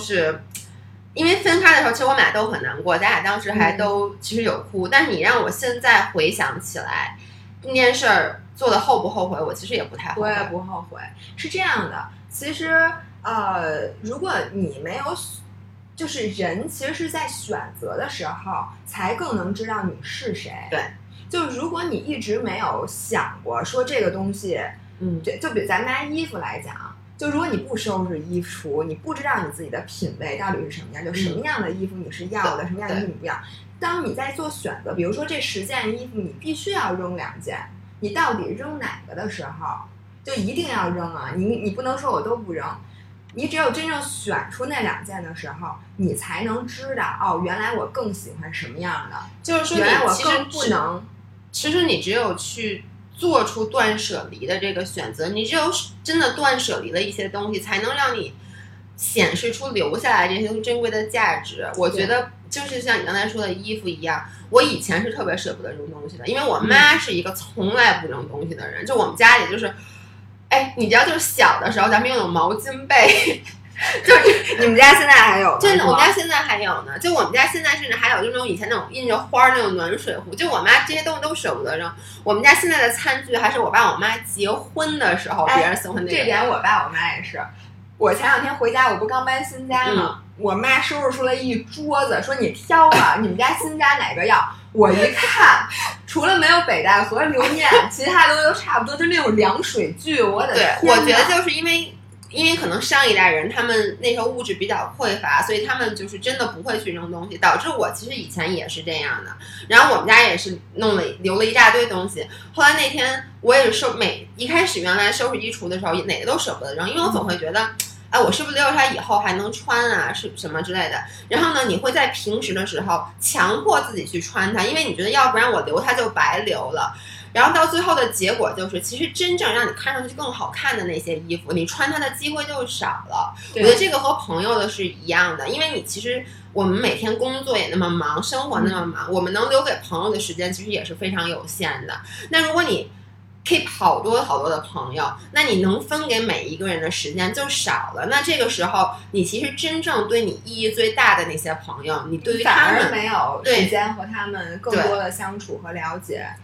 因为分开的时候，其实我们俩都很难过，咱俩当时还都其实有哭。嗯、但是你让我现在回想起来，那件事儿做的后不后悔，我其实也不太后悔。 我也不后悔。是这样的，其实呃，如果你没有，就是人其实是在选择的时候，才更能知道你是谁。 对， 就如果你一直没有想过说这个东西，嗯，就就比咱拿衣服来讲。就如果你不收拾衣橱，你不知道你自己的品味到底是什么样，就什么样的衣服你是要的，嗯、什么样的衣服你不要。当你在做选择，比如说这十件衣服你必须要扔两件，你到底扔哪个的时候，就一定要扔啊！你你不能说我都不扔，你只有真正选出那两件的时候，你才能知道哦，原来我更喜欢什么样的。 就是说， 原来我更不能。 其实你只有去。做出断舍离的这个选择，你只有真的断舍离了一些东西，才能让你显示出留下来这些珍贵的价值。我觉得就是像你刚才说的衣服一样，我以前是特别舍不得扔东西的，因为我妈是一个从来不扔东西的人。就我们家里就是，哎，你知道，就是小的时候咱们用的毛巾被。 就是你们家现在还有吗？ 真的，我们家现在还有呢。就我们家现在甚至还有就那种以前那种印着花那种暖水壶，就我妈这些东西都舍不得扔。我们家现在的餐具还是我爸我妈结婚的时候别人送的那个。 这点我爸我妈也是。我前两天回家，我不刚搬新家吗？嗯、我妈收拾出来一桌子，说你挑吧，你们家新家哪个要？我一看，除了没有北戴河留念，其他都都差不多，就那种凉水具。我的天！ 对，我觉得就是因为。因为可能上一代人他们那时候物质比较匮乏，所以他们就是真的不会去扔东西，导致我其实以前也是这样的。然后我们家也是弄了留了一大堆东西。后来那天我也是收每一开始原来收拾衣橱的时候，哪个都舍不得扔，因为我总会觉得，哎，我是不是留着它以后还能穿啊，是什么之类的。然后呢，你会在平时的时候强迫自己去穿它，因为你觉得要不然我留它就白留了。然后到最后的结果就是，其实真正让你看上去更好看的那些衣服，你穿它的机会就少了。我觉得这个和朋友的是一样的，因为你其实我们每天工作也那么忙，生活那么忙，我们能留给朋友的时间其实也是非常有限的。那如果你 keep 好多好多的朋友，那你能分给每一个人的时间就少了。那这个时候，你其实真正对你意义最大的那些朋友，你对于他们反而没有时间和他们更多的相处和了解。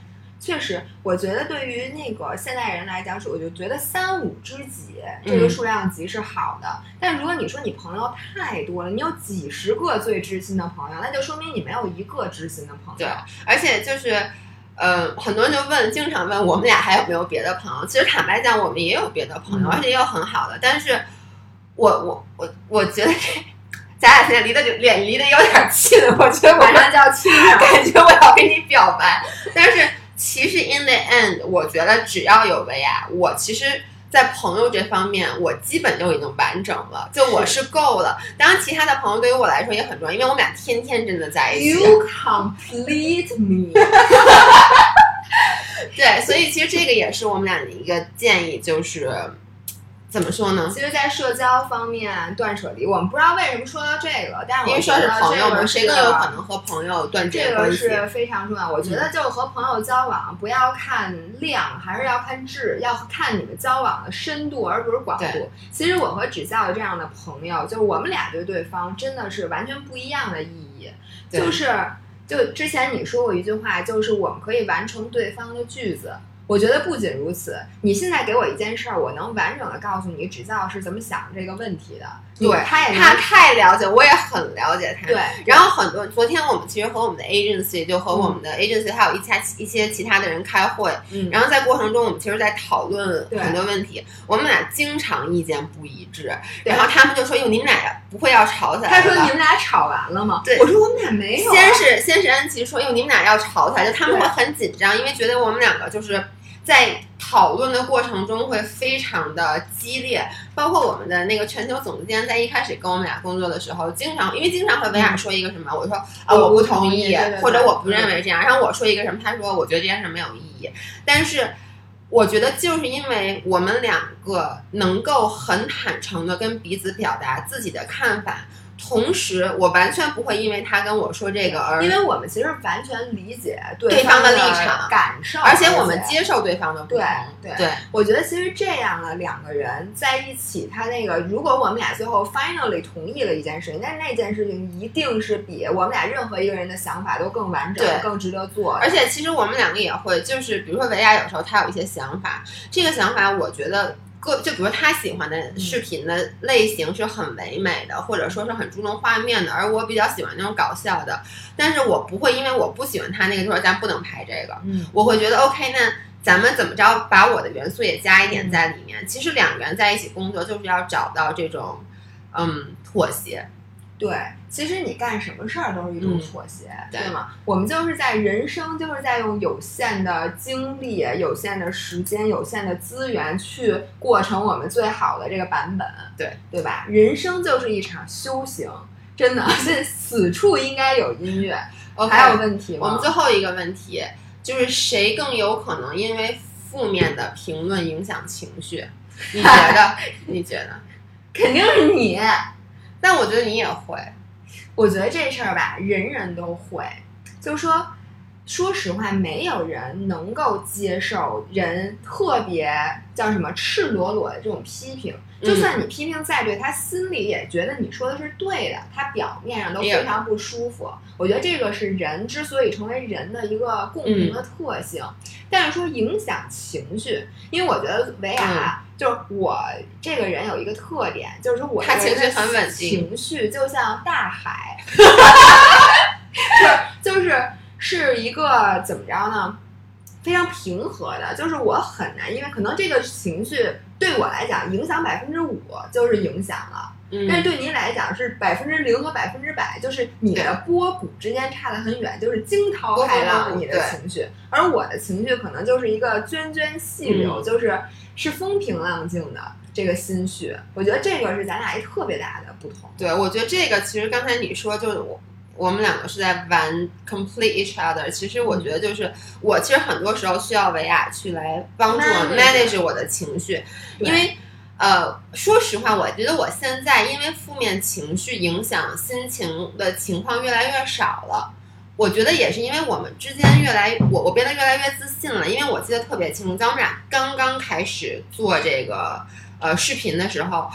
确实，我觉得对于那个现代人来讲，是我就觉得三五知己这个数量级是好的。嗯、但如果你说你朋友太多了，你有几十个最知心的朋友，那就说明你没有一个知心的朋友。 对，而且就是。呃，很多人就问，经常问我们俩还有没有别的朋友？其实坦白讲，我们也有别的朋友，嗯、而且也有很好的。但是我我我我觉得这咱俩现在离得就脸离得有点近，我觉得马上就要亲上， 感觉我要跟你表白。但是其实 in the end， 我觉得只要有维亚，我其实。在朋友这方面，我基本就已经完整了，就我是够了。当然，其他的朋友对于我来说也很重要，因为我们俩天天真的在一起。 You complete me 。 对，所以其实这个也是我们俩的一个建议，就是怎么说呢？ 其实，在社交方面断舍离，我们不知道为什么说到这个，但是因为说是朋友嘛，谁更有可能和朋友断绝关系？ 这个是非常重要。我觉得，就和朋友交往，不要看量，还是要看质，要看你们交往的深度，而不是广度。其实，我和芷笑这样的朋友，就我们俩对对方真的是完全不一样的意义。就是，就之前你说过一句话，就是我们可以完成对方的句子。我觉得不仅如此，你现在给我一件事儿，我能完整的告诉你芷笑是怎么想这个问题的。 对， 他也他太了解，我也很了解他。 对， 然后很多，昨天我们其实和我们的 agency 就和我们的 agency 还有一家一些其他的人开会， 嗯， 然后在过程中我们其实在讨论很多问题，我们俩经常意见不一致，然后他们就说：“哟，你们俩不会要吵起来？” 他说：“你们俩吵完了吗？” 对， 我说：“我们俩没有、啊。” 先是先是安琪说：“哟，你们俩要吵起来。”就他们会很紧张，因为觉得我们两个就是。在讨论的过程中会非常的激烈，包括我们的那个全球总监在一开始跟我们俩工作的时候，经常因为经常会维亚说一个什么，我说啊我不同意， 对对对， 或者我不认为这样，然后我说一个什么，他说我觉得这件事没有意义。但是我觉得就是因为我们两个能够很坦诚的跟彼此表达自己的看法。同时，我完全不会因为他跟我说这个而， 因为我们其实完全理解对方的立场、 感受， 而且我们接受对方的不同。 对对, 对， 我觉得其实这样的两个人在一起，他那个如果我们俩最后 finally 同意了一件事情，但那件事情一定是比我们俩任何一个人的想法都更完整、更值得做。 而且其实我们两个也会，就是比如说维亚有时候他有一些想法，这个想法我觉得。个就比如他喜欢的视频的类型是很唯美的，或者说是很注重画面的，而我比较喜欢那种搞笑的。但是我不会因为我不喜欢他那个就说咱不能拍这个， 嗯， 我会觉得 OK， 那咱们怎么着把我的元素也加一点在里面。其实两个人在一起工作就是要找到这种嗯妥协。 对，其实你干什么事儿都是一种妥协， 嗯、 对吗？我们就是在人生，就是在用有限的精力、有限的时间、有限的资源去过成我们最好的这个版本， 对对吧？人生就是一场修行，真的，这此处应该有音乐。 Okay, 还有问题吗？ 我们最后一个问题就是谁更有可能因为负面的评论影响情绪？你觉得？你觉得？ 肯定是你。 但我觉得你也会， 我觉得这事儿吧，人人都会。就是说，说实话，没有人能够接受人特别叫什么赤裸裸的这种批评。就算你批评再对，他心里也觉得你说的是对的，他表面上都非常不舒服。我觉得这个是人之所以成为人的一个共同的特性。嗯、但是说影响情绪，因为我觉得维亚。嗯就是我这个人有一个特点，就是说我他情绪很稳定， 情绪就像大海，就是就是是一个怎么着呢？非常平和的，就是我很难，因为可能这个情绪对我来讲影响百分之五就是影响了。 嗯、 但是对您来讲是百分之零和百分之百，就是你的波谷之间差得很远，就是惊涛骇浪你的情绪，而我的情绪可能就是一个涓涓细流， 嗯、 就是是风平浪静的这个心绪。我觉得这个是咱俩一特别大的不同。 对，我觉得这个其实刚才你说就是我我们两个是在玩 complete each other。其实我觉得就是我其实很多时候需要维亚去来帮助我 manage 我的情绪，因为。呃，说实话，我觉得我现在因为负面情绪影响心情的情况越来越少了。我觉得也是因为我们之间越来，我我变得越来越自信了。因为我记得特别清楚，在我们俩刚刚开始做这个呃视频的时候，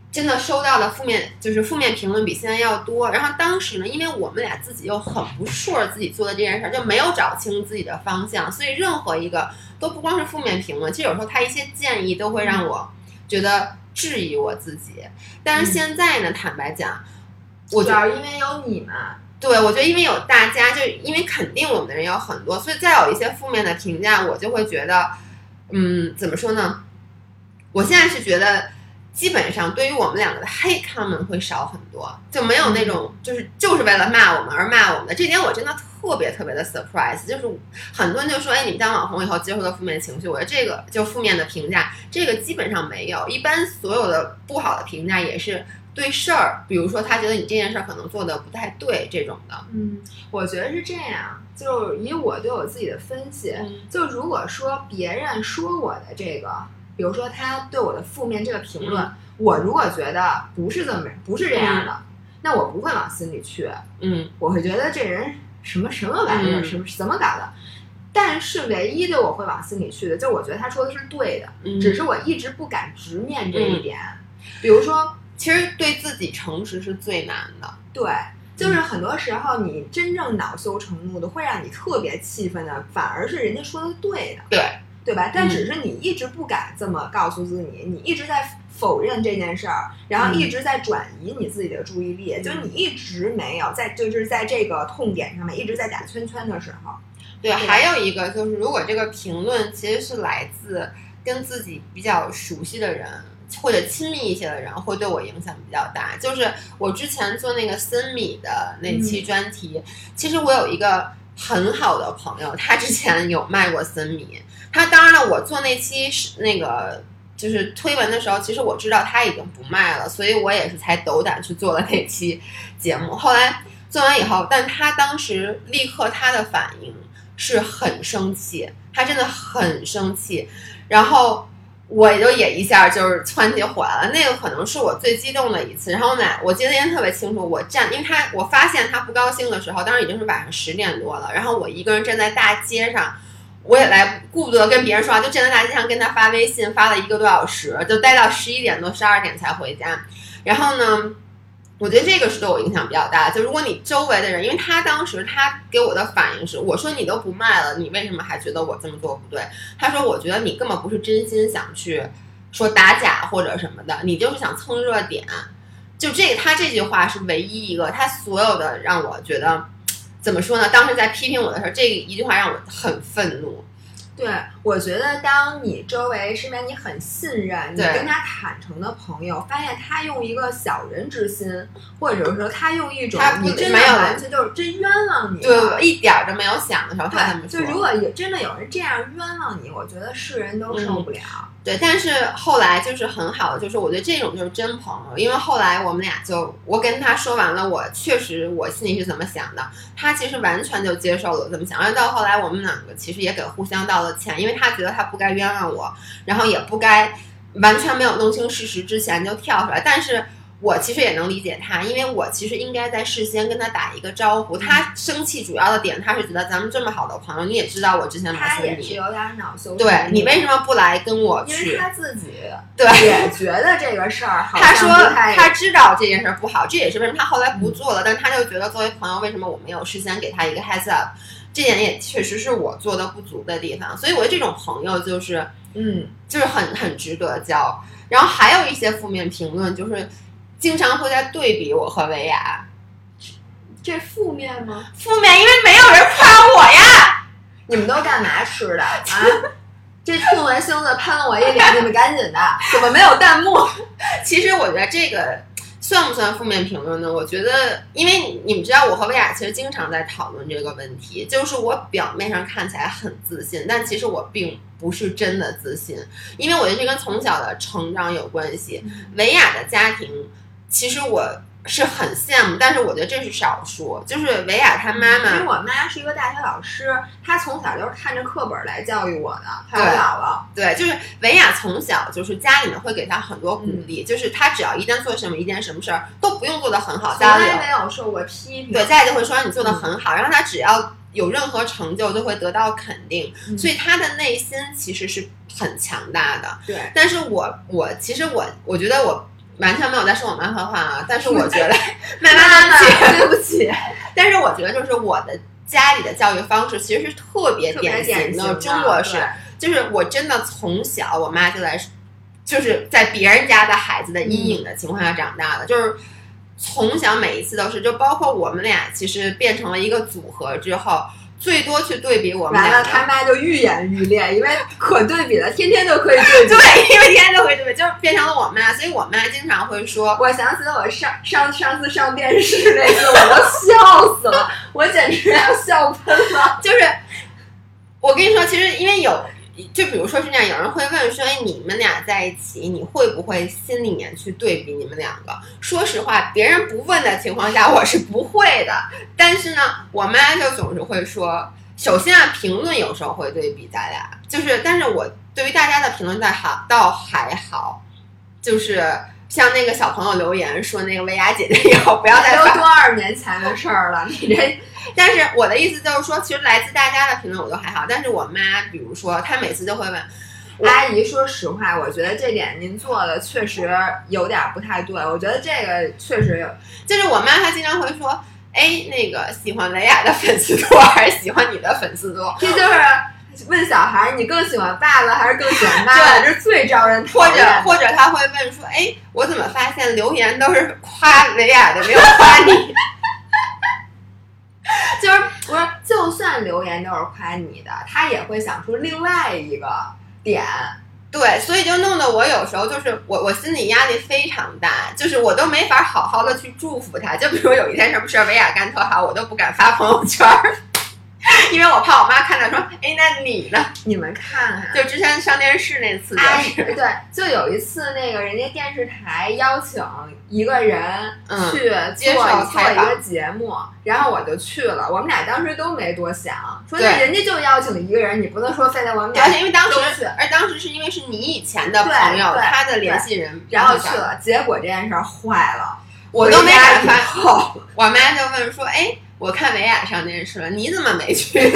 真的收到的负面就是负面评论比现在要多。然后当时呢，因为我们俩自己又很不sure自己做的这件事，就没有找清自己的方向，所以任何一个都不光是负面评论，其实有时候他一些建议都会让我觉得质疑我自己。但是现在呢，坦白讲，我主要因为有你们。 对，我觉得因为有大家，就因为肯定我们的人有很多，所以再有一些负面的评价，我就会觉得，嗯，怎么说呢？我现在是觉得，基本上对于我们两个的hate comment会少很多，就没有那种就是就是为了骂我们而骂我们的。这点我真的特别特别的 surprise， 就是很多人就说，哎，你当网红以后接受的负面情绪，我觉得这个就负面的评价，这个基本上没有。一般所有的不好的评价也是对事儿，比如说他觉得你这件事儿可能做的不太对这种的。 嗯，我觉得是这样，就以我对我自己的分析， 嗯、 就如果说别人说我的这个，比如说他对我的负面这个评论， 嗯、 我如果觉得不是这么不是这样的、嗯，那我不会往心里去。 嗯， 我会觉得这人什么什么玩意儿， 嗯、 什么怎么搞的。但是唯一的我会往心里去的，就我觉得他说的是对的， 嗯、 只是我一直不敢直面这一点。嗯、比如说。 其实对自己诚实是最难的， 对，就是很多时候你真正恼羞成怒的，会让你特别气愤的，反而是人家说的对的， 对对吧？但只是你一直不敢这么告诉自己，你一直在否认这件事儿，然后一直在转移你自己的注意力，嗯、就是你一直没有在，就是在这个痛点上面一直在打圈圈的时候。 对，还有一个就是，如果这个评论其实是来自跟自己比较熟悉的人。或者亲密一些的人会对我影响比较大。就是我之前做那个森米的那期专题、嗯、其实我有一个很好的朋友，他之前有卖过森米，他当然了，我做那期那个就是推文的时候，其实我知道他已经不卖了，所以我也是才斗胆去做了那期节目。后来做完以后，但他当时立刻他的反应是很生气，他真的很生气，然后我就也一下就是窜起火来了，那个可能是我最激动的一次。然后呢，我记得那天特别清楚，我站，因为他我发现他不高兴的时候，当时已经是晚上十点多了，然后我一个人站在大街上，我也来顾不得跟别人说话，就站在大街上跟他发微信，发了一个多小时，就待到十一点多、十二点才回家。然后呢，我觉得这个是对我影响比较大，就如果你周围的人，因为他当时他给我的反应是，我说你都不卖了，你为什么还觉得我这么做不对？他说我觉得你根本不是真心想去说打假或者什么的，你就是想蹭热点。就这他这句话是唯一一个，他所有的让我觉得怎么说呢？当时在批评我的时候，这一句话让我很愤怒。 对，我觉得当你周围身边你很信任，你跟他坦诚的朋友，发现他用一个小人之心，或者说他用一种你真的完全就是真冤枉你， 对，我一点都没有想的时候，他这么说。 就如果有真的有人这样冤枉你，我觉得是人都受不了。 嗯，对，但是后来就是很好的，就是我觉得这种就是真朋友，因为后来我们俩就我跟他说完了，我确实我心里是怎么想的，他其实完全就接受了我这么想，而到后来我们两个其实也给互相道了歉，因为他觉得他不该冤枉我，然后也不该完全没有弄清事实之前就跳出来，但是我其实也能理解他，因为我其实应该在事先跟他打一个招呼。他生气主要的点，他是觉得咱们这么好的朋友，你也知道我之前他也是有点恼羞成怒， 对，你为什么不来跟我去？ 因为他自己对也觉得这个事儿好像不太，他说他知道这件事不好，这也是为什么他后来不做了，嗯、但他就觉得作为朋友，为什么我没有事先给他一个 heads up？ 这点也确实是我做的不足的地方，所以我觉得这种朋友就是嗯，就是很很值得交。然后还有一些负面评论，就是经常会在对比我和维亚。 这负面吗？ 负面，因为没有人夸我呀。 你们都干嘛吃的啊？这吐完星子喷了我一脸，你们赶紧的，怎么没有弹幕？ 其实我觉得这个算不算负面评论呢？我觉得，因为你们知道我和维亚其实经常在讨论这个问题，就是我表面上看起来很自信，但其实我并不是真的自信，因为我觉得这跟从小的成长有关系。维亚的家庭其实我是很羡慕，但是我觉得这是少数。就是维亚她妈妈， 因为我妈是一个大学老师，她从小就是看着课本来教育我的，还有姥姥。 对，就是维亚从小就是家里面会给她很多鼓励，嗯、就是她只要一旦做什么一件什么事儿都不用做得很好， 从来没有受过批评。 对，家里就会说你做得很好，嗯、然后她只要有任何成就就会得到肯定，嗯、所以她的内心其实是很强大的。 对， 但是我我其实我我觉得我。 完全没有在说我妈坏话啊，但是我觉得妈妈对不起， 但是我觉得就是我的家里的教育方式其实是特别典型的中国式，就是我真的从小我妈就在就是在别人家的孩子的阴影的情况下长大的，嗯、就是从小每一次都是，就包括我们俩其实变成了一个组合之后。最多去对比我们俩， 完了他妈就愈演愈烈，因为可对比了，天天都可以对比。 对，因为天天都可以对比，就是变成了我妈，所以我妈经常会说。 我想起了我上上上次上电视那次，我都笑死了，我简直要笑喷了。 就是我跟你说，其实因为有，就比如说是这样，有人会问说，哎，你们俩在一起，你会不会心里面去对比你们两个？说实话，别人不问的情况下，我是不会的。但是呢，我妈就总是会说，首先啊，评论有时候会对比咱俩，就是，但是我对于大家的评论倒好，倒还好，就是像那个小朋友留言说那个薇娅姐姐以后不要再都多少年前的事儿了，你这。 但是我的意思就是说，其实来自大家的评论我都还好，但是我妈，比如说，她每次就会问阿姨，说实话，我觉得这点您做的确实有点不太对，我觉得这个确实有， 就是我妈她经常会说，哎，那个喜欢薇娅的粉丝多还是喜欢你的粉丝多？ 这就是问小孩，你更喜欢爸爸还是更喜欢妈妈？这是最招人讨厌的。或者或者他会问说，哎，我怎么发现留言都是夸薇娅的，没有夸你？ 就是我说，就算留言都是夸你的，他也会想出另外一个点。 对，所以就弄得我有时候就是我我心理压力非常大，就是我都没法好好的去祝福他。就比如有一天什么事薇娅干特好，我都不敢发朋友圈。因为我怕我妈看到说，哎，那你呢？ 你们看看， 就之前上电视那次、就是， 哎，对，就有一次那个人家电视台邀请一个人去接受做一个节目，嗯、然后我就去了。我们俩当时都没多想，说那人家就邀请一个人，你不能说非得我们俩。 而且因为当时，而当时是因为是你以前的朋友，他的联系人， 然后去了，结果这件事坏了， 我都没敢发。我妈就问说，哎。我看薇娅上电视了，你怎么没去？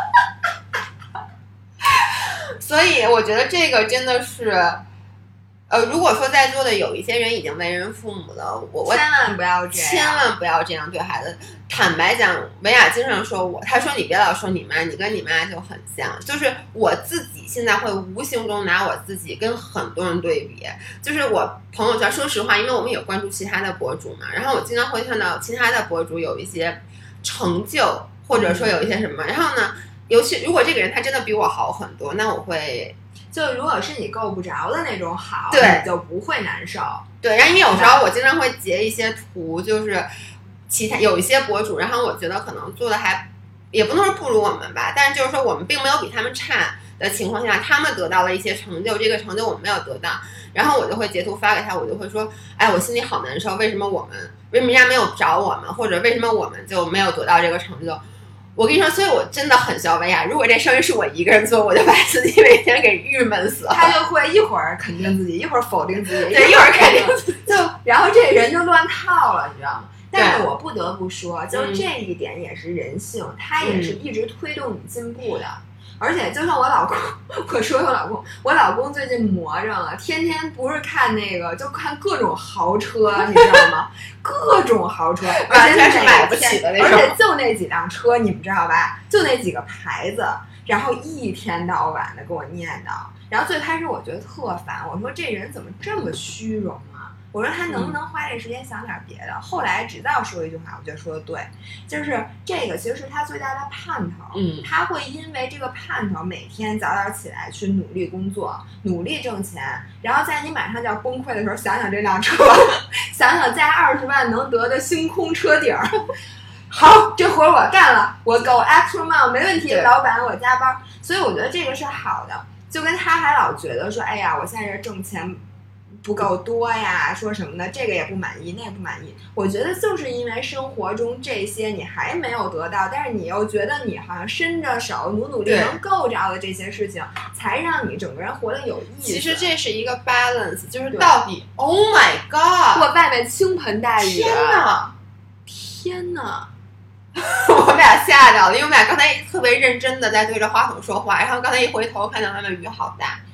所以我觉得这个真的是，呃，如果说在座的有一些人已经为人父母了，我我千万不要这样， 千万不要这样对孩子。坦白讲，薇娅经常说我，她说你别老说你妈，你跟你妈就很像。就是我自己现在会无形中拿我自己跟很多人对比，就是我朋友圈，说实话，因为我们有关注其他的博主嘛，然后我经常会看到其他的博主有一些成就，或者说有一些什么，然后呢，尤其如果这个人他真的比我好很多，那我会。 就如果是你够不着的那种好， 对， 你就不会难受。 对，然后因为有时候我经常会截一些图，就是其他有一些博主，然后我觉得可能做的还也不能说不如我们吧，但是就是说我们并没有比他们差的情况下，他们得到了一些成就，这个成就我们没有得到，然后我就会截图发给他，我就会说，哎，我心里好难受，为什么我们为什么人家没有找我们，或者为什么我们就没有得到这个成就？我跟你说，所以我真的很笑薇娅。如果这生意是我一个人做，我就把自己每天给郁闷死了。 他就会一会儿肯定自己，一会儿否定自己， 对，一会儿肯定自己， 就然后这人就乱套了，你知道吗？但是我不得不说，就这一点也是人性，嗯、它也是一直推动你进步的。嗯而且就像我老公，我说我老公，我老公最近魔怔了，天天不是看那个，就看各种豪车，你知道吗？各种豪车， 完全是买不起的那种。 而且就那几辆车，你们知道吧？就那几个牌子，然后一天到晚的给我念叨。然后最开始我觉得特烦，我说这人怎么这么虚荣啊？我说他能不能花这时间想点别的？嗯、后来直到说一句话，我觉得说的对，就是这个其实是他最大的盼头。 嗯， 他会因为这个盼头，每天早早起来去努力工作，努力挣钱，然后在你马上就要崩溃的时候，想想这辆车，想想加二十万能得的星空车顶儿。好，这活我干了，我够 extra mile 没问题，老板我加班，所以我觉得这个是好的。就跟他还老觉得说，哎呀，我现在这挣钱不够多呀，说什么的，这个也不满意，那也不满意。我觉得就是因为生活中这些你还没有得到，但是你又觉得你好像伸着手努努力能够着的这些事情，才让你整个人活得有意思。 其实这是一个 balance， 就是到底 ，Oh my God， 我外面倾盆大雨， 天哪， 天哪！ 我们俩吓着了，因为我们俩刚才特别认真的在对着话筒说话，然后刚才一回头看到外面雨好大，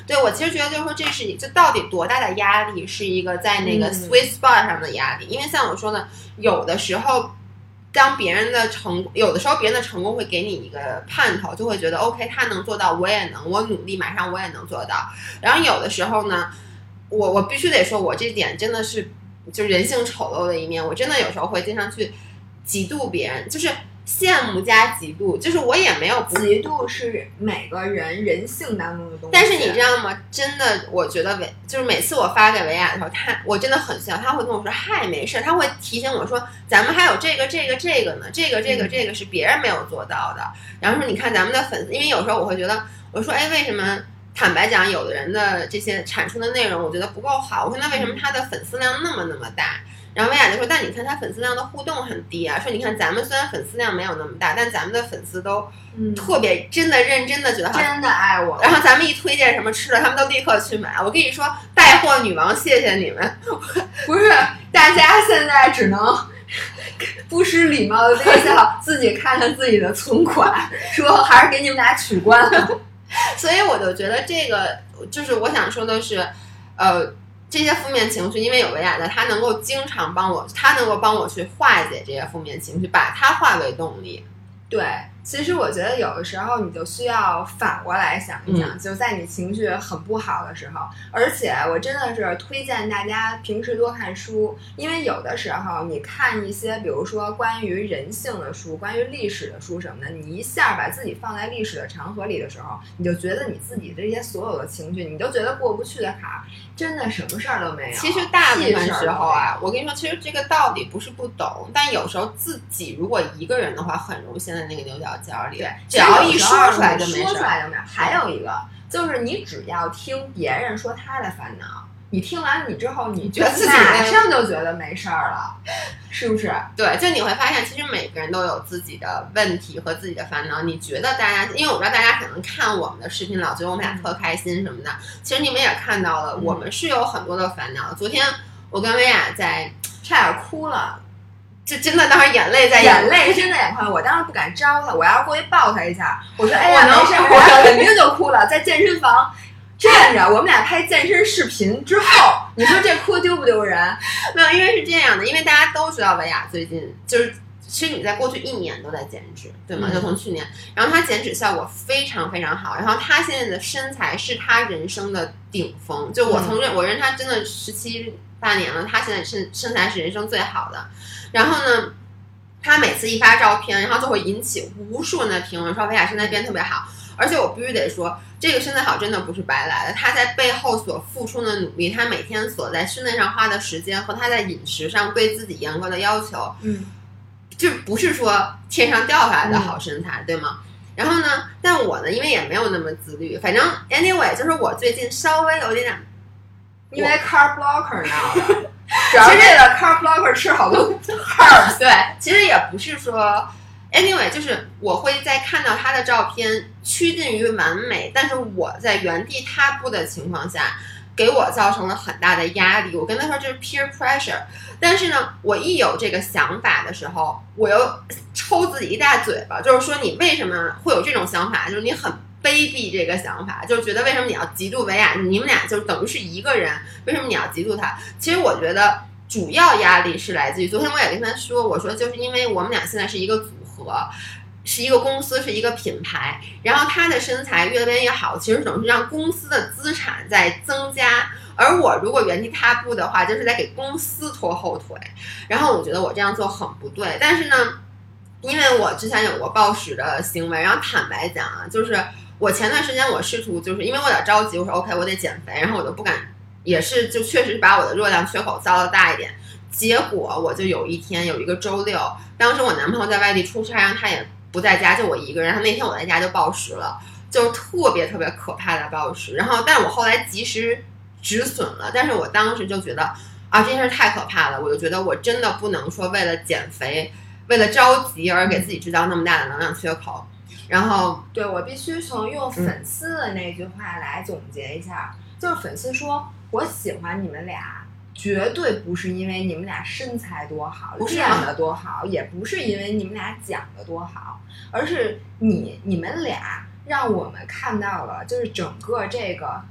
对，我其实觉得就是说，这是就到底多大的压力是一个在那个 sweet spot 上的压力，嗯、因为像我说的，有的时候。当别人的成有的时候别人的成功会给你一个盼头，就会觉得 OK 他能做到我也能，我努力马上我也能做到。然后有的时候呢，我我必须得说我这点真的是就是人性丑陋的一面，我真的有时候会经常去嫉妒别人，就是羡慕加嫉妒，就是我也没有不嫉妒是每个人人性当中的东西。 但是你知道吗？真的，我觉得维就是每次我发给维亚的时候，他我真的很笑，他会跟我说嗨没事，他会提醒我说咱们还有这个这个这个呢，这个这个这个是别人没有做到的。然后说你看咱们的粉丝，因为有时候我会觉得，我说哎为什么？坦白讲，有的人的这些阐述的内容，我觉得不够好。我说那为什么他的粉丝量那么那么大？然后薇娅就说：“但你看他粉丝量的互动很低啊。说你看咱们虽然粉丝量没有那么大，但咱们的粉丝都特别真的认真的觉得好真的爱我。 然后咱们一推荐什么吃的，他们都立刻去买。我跟你说，带货女王，谢谢你们。 不是，大家现在只能不失礼貌的微笑，自己看看自己的存款，说还是给你们俩取关了。 所以我就觉得这个就是我想说的是，呃。”这些负面情绪，因为有维亚的，他能够经常帮我，他能够帮我去化解这些负面情绪，把它化为动力。 对，其实我觉得有的时候你就需要反过来想一想， 嗯、 就在你情绪很不好的时候，而且我真的是推荐大家平时多看书，因为有的时候你看一些比如说关于人性的书，关于历史的书什么的，你一下把自己放在历史的长河里的时候，你就觉得你自己这些所有的情绪，你都觉得过不去的坎儿，真的什么事儿都没有。 其实大部分时候啊，我跟你说，其实这个道理不是不懂，但有时候自己如果一个人的话，很容易陷在那个牛角尖里。 对， 只要一说出来就没事。 说出来就没有。还有一个就是，你只要听别人说他的烦恼，你听完你之后，你觉得自己马上就觉得没事儿了，是不是？ 对，就你会发现，其实每个人都有自己的问题和自己的烦恼。你觉得大家，因为我知道大家可能看我们的视频老觉得我们俩特开心什么的，其实你们也看到了，我们是有很多的烦恼。昨天我跟薇娅在差点哭了。 这真的当时眼泪在眼泪真的眼眶，我当时不敢招他，我要过去抱他一下，我说哎呀没事，我肯定就哭了，在健身房站着，我们俩拍健身视频之后，你说这哭丢不丢人？ 没有，因为是这样的，因为大家都知道维亚最近就是，其实你在过去一年都在减脂，对吗？嗯、就从去年，然后他减脂效果非常非常好，然后他现在的身材是他人生的顶峰，就我从认、嗯、我认他真的十七八年了，他现在身身材是人生最好的。然后呢，他每次一发照片，然后就会引起无数人的评论，说维亚身材变特别好。而且我必须得说，这个身材好真的不是白来的，他在背后所付出的努力，他每天所在训练上花的时间和他在饮食上对自己严格的要求， 嗯， 就不是说天上掉下来的好身材，嗯、对吗？然后呢，但我呢，因为也没有那么自律，反正 anyway， 就是我最近稍微有点， 因为 carb blocker 闹的。主要是为了 carb blocker 吃好多 carbs， 对，其实也不是说 anyway， 就是我会在看到他的照片趋近于完美，但是我在原地踏步的情况下，给我造成了很大的压力。我跟他说这是 peer pressure， 但是呢，我一有这个想法的时候，我又抽自己一大嘴巴，就是说你为什么会有这种想法？就是你很卑鄙这个想法，就是觉得为什么你要嫉妒维亚？你们俩就等于是一个人，为什么你要嫉妒他？其实我觉得主要压力是来自于，昨天我也跟他说，我说就是因为我们俩现在是一个组合，是一个公司，是一个品牌，然后他的身材越变越好，其实等于是让公司的资产在增加，而我如果原地踏步的话，就是在给公司拖后腿。然后我觉得我这样做很不对，但是呢，因为我之前有过暴食的行为，然后坦白讲啊，就是我前段时间我试图就是因为我有点着急，我说 OK 我得减肥，然后我就不敢，也是就确实把我的热量缺口造的大一点。结果我就有一天有一个周六，当时我男朋友在外地出差，然后他也不在家，就我一个人，然后那天我在家就暴食了，就特别特别可怕的暴食。然后但是我后来及时止损了，但是我当时就觉得啊这件事太可怕了，我就觉得我真的不能说为了减肥为了着急而给自己制造那么大的能量缺口。然后对，我必须从用粉丝的那句话来总结一下，嗯、就是粉丝说我喜欢你们俩绝对不是因为你们俩身材多好，练得多好，也不是因为你们俩讲得多好，而是你你们俩让我们看到了就是整个这个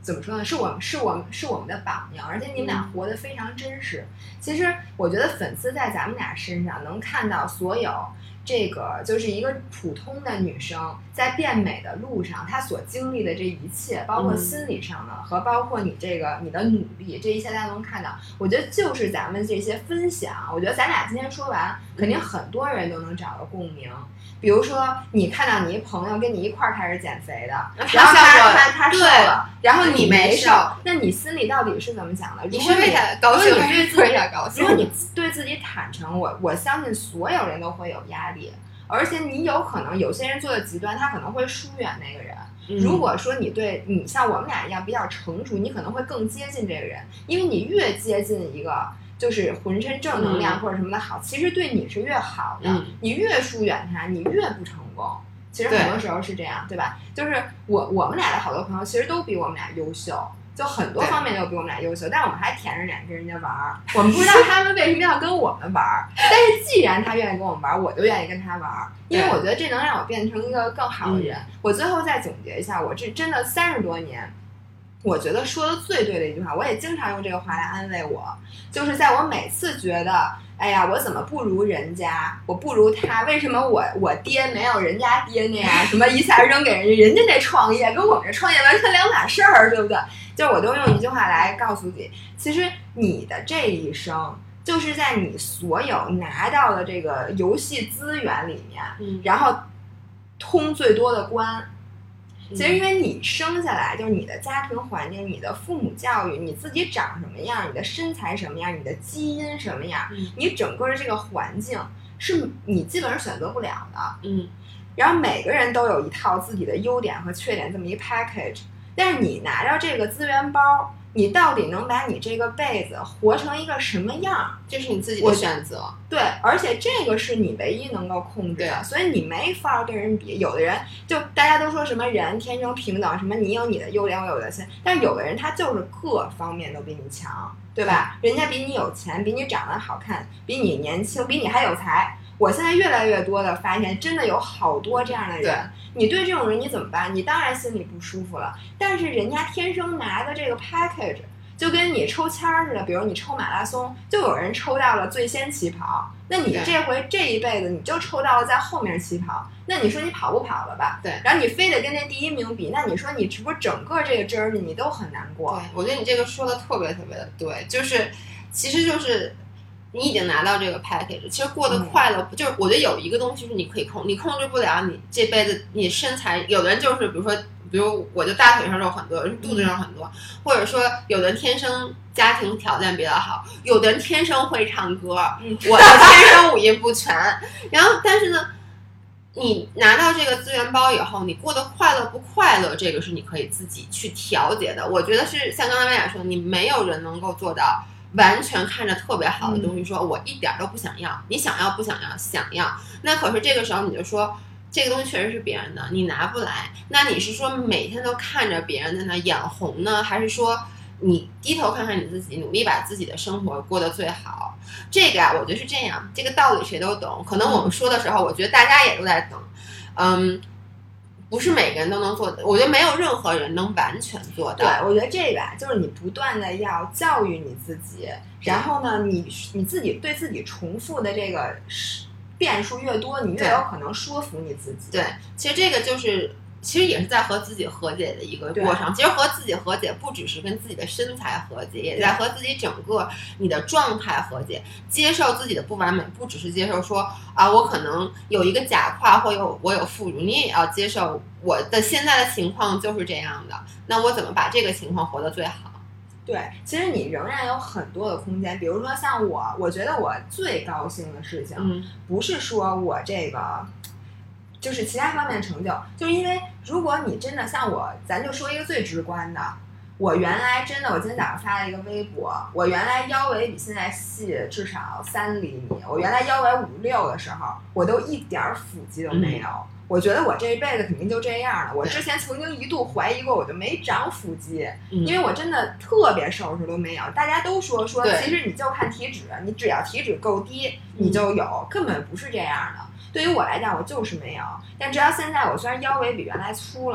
怎么说呢？是我们是我们是我们的榜样，而且你们俩活得非常真实。其实我觉得粉丝在咱们俩身上能看到所有这个就是一个普通的女生在变美的路上，她所经历的这一切，包括心理上的、嗯、和包括你这个你的努力，这一切大家能看到。我觉得就是咱们这些分享，我觉得咱俩今天说完，肯定很多人都能找到共鸣。比如说，你看到你一朋友跟你一块儿开始减肥的，然后他他他瘦了，然后你没瘦，那你心里到底是怎么想的？ 你是为他高兴， 还是为他高兴？ 如果你对自己坦诚，我我相信所有人都会有压力，而且你有可能有些人做的极端，他可能会疏远那个人。 嗯、 如果说你对你像我们俩一样比较成熟，你可能会更接近这个人，因为你越接近一个。就是浑身正能量或者什么的好、嗯、其实对你是越好的、 嗯、 你越疏远他你越不成功，其实很多时候是这样 对, 对吧？就是我我们俩的好多朋友其实都比我们俩优秀，就很多方面都比我们俩优秀，但是我们还舔着脸跟人家玩我们不知道他们为什么要跟我们玩但是既然他愿意跟我们玩我就愿意跟他玩，因为我觉得这能让我变成一个更好的人、嗯、我最后再总结一下，我这真的三十多年我觉得说的最对的一句话，我也经常用这个话来安慰我，就是在我每次觉得哎呀我怎么不如人家，我不如他，为什么我我爹没有人家爹那样什么一下扔给人家，人家那创业跟我们这创业完全两码事儿，对不对？就是我都用一句话来告诉你，其实你的这一生就是在你所有拿到的这个游戏资源里面、嗯、然后通最多的关。其实因为你生下来就是你的家庭环境，你的父母教育，你自己长什么样，你的身材什么样，你的基因什么样、嗯、你整个的这个环境是你基本上选择不了的。 嗯， 然后每个人都有一套自己的优点和缺点这么一 package， 但是你拿着这个资源包，你到底能把你这个辈子活成一个什么样， 这是你自己的选择。 对，而且这个是你唯一能够控制的，所以你没法跟人比。有的人就大家都说什么人天生平等，什么你有你的优点我有的缺，但是有的人他就是各方面都比你强，对吧？人家比你有钱，比你长得好看，比你年轻，比你还有才。我现在越来越多的发现真的有好多这样的人， 对， 你对这种人你怎么办？你当然心里不舒服了，但是人家天生拿的这个 package就跟你抽签似的，比如你抽马拉松，就有人抽到了最先起跑，那你这回这一辈子你就抽到了在后面起跑，那你说你跑不跑了吧？ 对， 然后你非得跟那第一名比，那你说你是不是整个这个 journey 你都很难过？ 对，我觉得你这个说的特别特别的对，就是其实就是你已经拿到这个 package， 其实过得快乐、嗯、就是我觉得有一个东西是你可以控，你控制不了你这辈子你身材，有的人就是比如说比如我就大腿上肉很多，肚子上很多、嗯、或者说有的人天生家庭条件比较好，有的人天生会唱歌、嗯、我天生五音不全然后但是呢你拿到这个资源包以后，你过得快乐不快乐，这个是你可以自己去调节的。我觉得是像刚才薇娅说，你没有人能够做到完全看着特别好的东西说我一点都不想要，你想要不想要？想要。那可是这个时候你就说这个东西确实是别人的，你拿不来，那你是说每天都看着别人在那眼红呢，还是说你低头看看你自己，努力把自己的生活过得最好？这个啊我觉得是这样，这个道理谁都懂，可能我们说的时候我觉得大家也都在懂，嗯，不是每个人都能做的，我觉得没有任何人能完全做到。 对，我觉得这个啊，就是你不断的要教育你自己，然后呢，你你自己对自己重复的这个变数越多，你越有可能说服你自己。 对，其实这个就是其实也是在和自己和解的一个过程。其实和自己和解不只是跟自己的身材和解，也在和自己整个你的状态和解，接受自己的不完美，不只是接受说啊我可能有一个假胯或有我有副乳，你也要接受我的现在的情况就是这样的，那我怎么把这个情况活得最好？ 对，其实你仍然有很多的空间，比如说像我我觉得我最高兴的事情、嗯、不是说我这个就是其他方面的成就，就是因为如果你真的像我，咱就说一个最直观的，我原来真的，我今天早上发了一个微博，我原来腰围比现在细至少三厘米，我原来腰围五六的时候，我都一点腹肌都没有、嗯、我觉得我这一辈子肯定就这样了。我之前曾经一度怀疑过我就没长腹肌、嗯、因为我真的特别瘦时都没有，大家都说说其实你就看体脂，你只要体脂够低你就有、嗯、根本不是这样的。对于我来讲我就是没有，但直到现在我虽然腰围比原来粗了，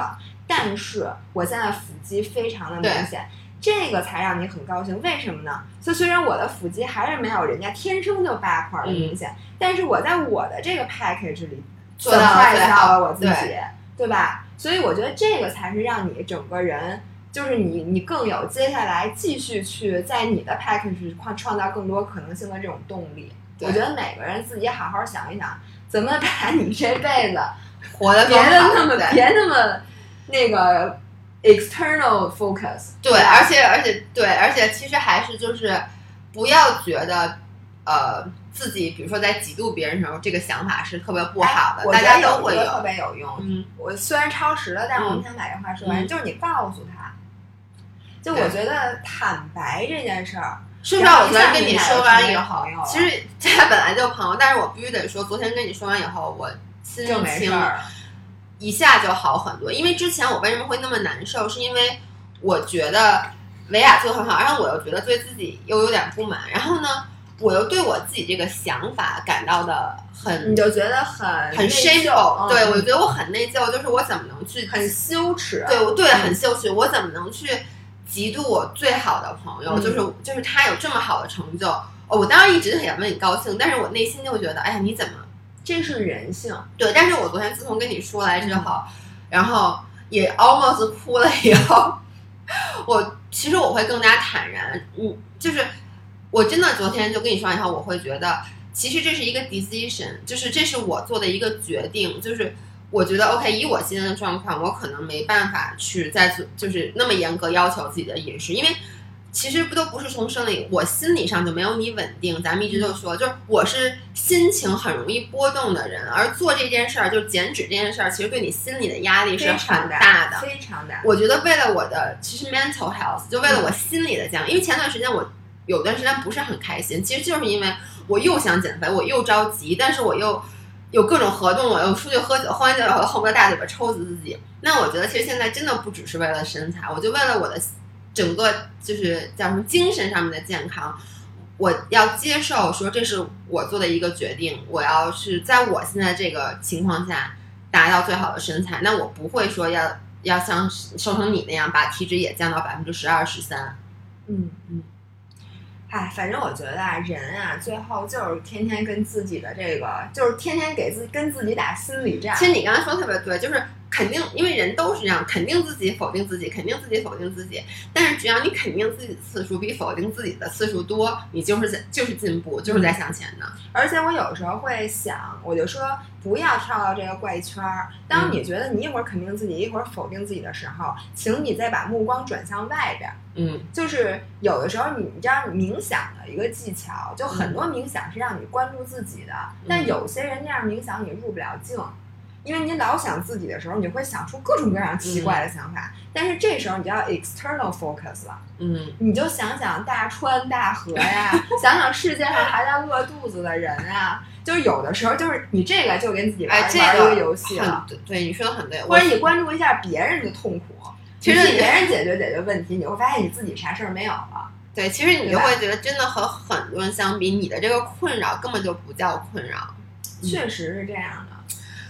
但是我现在腹肌非常的明显，这个才让你很高兴。为什么呢？就虽然我的腹肌还是没有人家天生就八块的明显、嗯，但是我在我的这个 package 里做到了我自己， 对, 对吧？所以我觉得这个才是让你整个人，就是你你更有接下来继续去在你的 package 创造更多可能性的这种动力。我觉得每个人自己好好想一想，怎么把你这辈子活得别的那么别那么那个 external focus。 对，而且而且对，而且其实还是就是不要觉得呃自己比如说在嫉妒别人的时候，这个想法是特别不好的。 哎、 大家都会有，特别有用。 嗯， 我虽然超时了，但是我们想把这话说完、嗯，就是你告诉他，就我觉得坦白这件事儿。 是不是我昨天跟你说完以后，其实这本来就朋友，但是我必须得说，昨天跟你说完以后，我心情一下就好很多。因为之前我为什么会那么难受，是因为我觉得维亚做得很好，然后我又觉得对自己又有点不满，然后呢，我又对我自己这个想法感到的很， 你就觉得很很 shameful，、嗯、对我觉得我很内疚，就是我怎么能去很羞耻， 对我对很羞耻，我怎么能去嫉妒我最好的朋友、嗯、就是就是他有这么好的成就、哦、我当然一直很想为你高兴，但是我内心就会觉得哎呀你怎么， 这是人性。 对，但是我昨天自从跟你说来之后、嗯、然后也 almost 哭了以后，我其实我会更加坦然。嗯，就是我真的昨天就跟你说完以后，我会觉得其实这是一个 decision， 就是这是我做的一个决定，就是我觉得 OK， 以我现在的状况，我可能没办法去再做，就是那么严格要求自己的饮食，因为其实不都不是从生理，我心理上就没有你稳定。咱们一直就说，就是我是心情很容易波动的人，而做这件事儿，就减脂这件事儿，其实对你心理的压力是很大的， 非常大。 我觉得为了我的其实 mental health， 就为了我心理的健康、嗯，因为前段时间我有段时间不是很开心，其实就是因为我又想减肥，我又着急，但是我又有各种活动，我又出去喝酒，喝完酒以后恨不得大嘴巴抽死自己。那我觉得其实现在真的不只是为了身材，我就为了我的整个就是叫什么精神上面的健康，我要接受说这是我做的一个决定，我要是在我现在这个情况下达到最好的身材，那我不会说要要像瘦成你那样把体脂也降到百分之十二十三。 嗯嗯。哎，反正我觉得啊，人啊，最后就是天天跟自己的这个，就是天天给自己跟自己打心理战。 其实你刚才说的特别对，就是肯定，因为人都是这样，肯定自己，否定自己，肯定自己，否定自己。但是只要你肯定自己的次数比否定自己的次数多，你就是在就是进步，就是在向前的。 而且我有时候会想，我就说不要跳到这个怪圈儿。当你觉得你一会儿肯定自己，一会儿否定自己的时候，请你再把目光转向外边。 嗯， 就是有的时候你知道冥想的一个技巧，就很多冥想是让你关注自己的，嗯、但有些人那样冥想你入不了境。因为你老想自己的时候，你会想出各种各样奇怪的想法、嗯、但是这时候你就要 external focus 了。 嗯， 你就想想大川大河呀，想想世界上还在饿肚子的人啊，就是有的时候就是你这个就跟自己玩、哎这个、玩一个游戏了。 对，对你说的很对。 或者你关注一下别人的痛苦，其实别人解决解决问题，你会发现你自己啥事儿没有了。 对，其实你就会觉得真的和很多人相比，你的这个困扰根本就不叫困扰。 确实是这样的。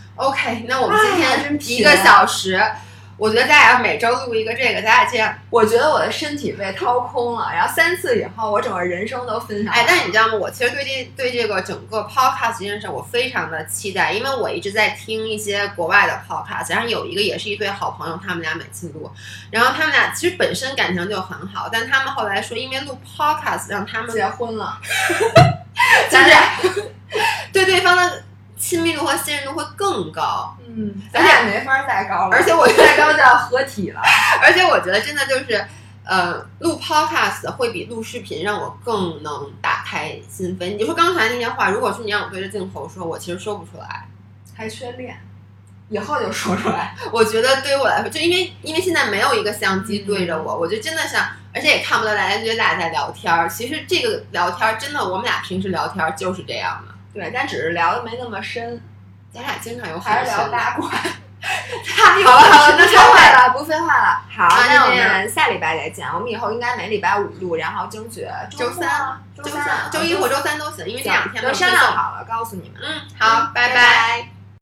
OK， 那我们今天一个小时、哎、我觉得咱俩要每周录一个这个，咱俩这样， 我觉得我的身体被掏空了，然后三次以后，我整个人生都分享了。 哎，但你知道吗？我其实对这对这个整个 podcast 这件事，我非常的期待，因为我一直在听一些国外的 podcast， 然后有一个也是一对好朋友，他们俩每次录，然后他们俩其实本身感情就很好，但他们后来说，因为录 podcast 让他们结婚了， 就是对对方的亲密度和信任度会更高。 嗯，咱俩没法再高了， 而且我再高就要合体了。 而且我觉得真的就是，呃，录 podcast 会比录视频让我更能打开心扉。你说刚才那些话，如果是你让我对着镜头说，我其实说不出来， 还缺练，以后就说出来。 我觉得对于我来说，就因为因为现在没有一个相机对着我，嗯、我就真的想，而且也看不到大家，觉得大家在聊天。其实这个聊天真的，我们俩平时聊天就是这样的。 对，但只是聊的没那么深。 咱俩经常有还是聊八卦。 好了好了， 不废话了，不废话了。好， 啊、 那我们下礼拜再见。我们以后应该每礼拜五录，然后争取周三、 周三、周一或周三都行，因为这两天都商量好了，告诉你们。 嗯，好， 拜拜拜。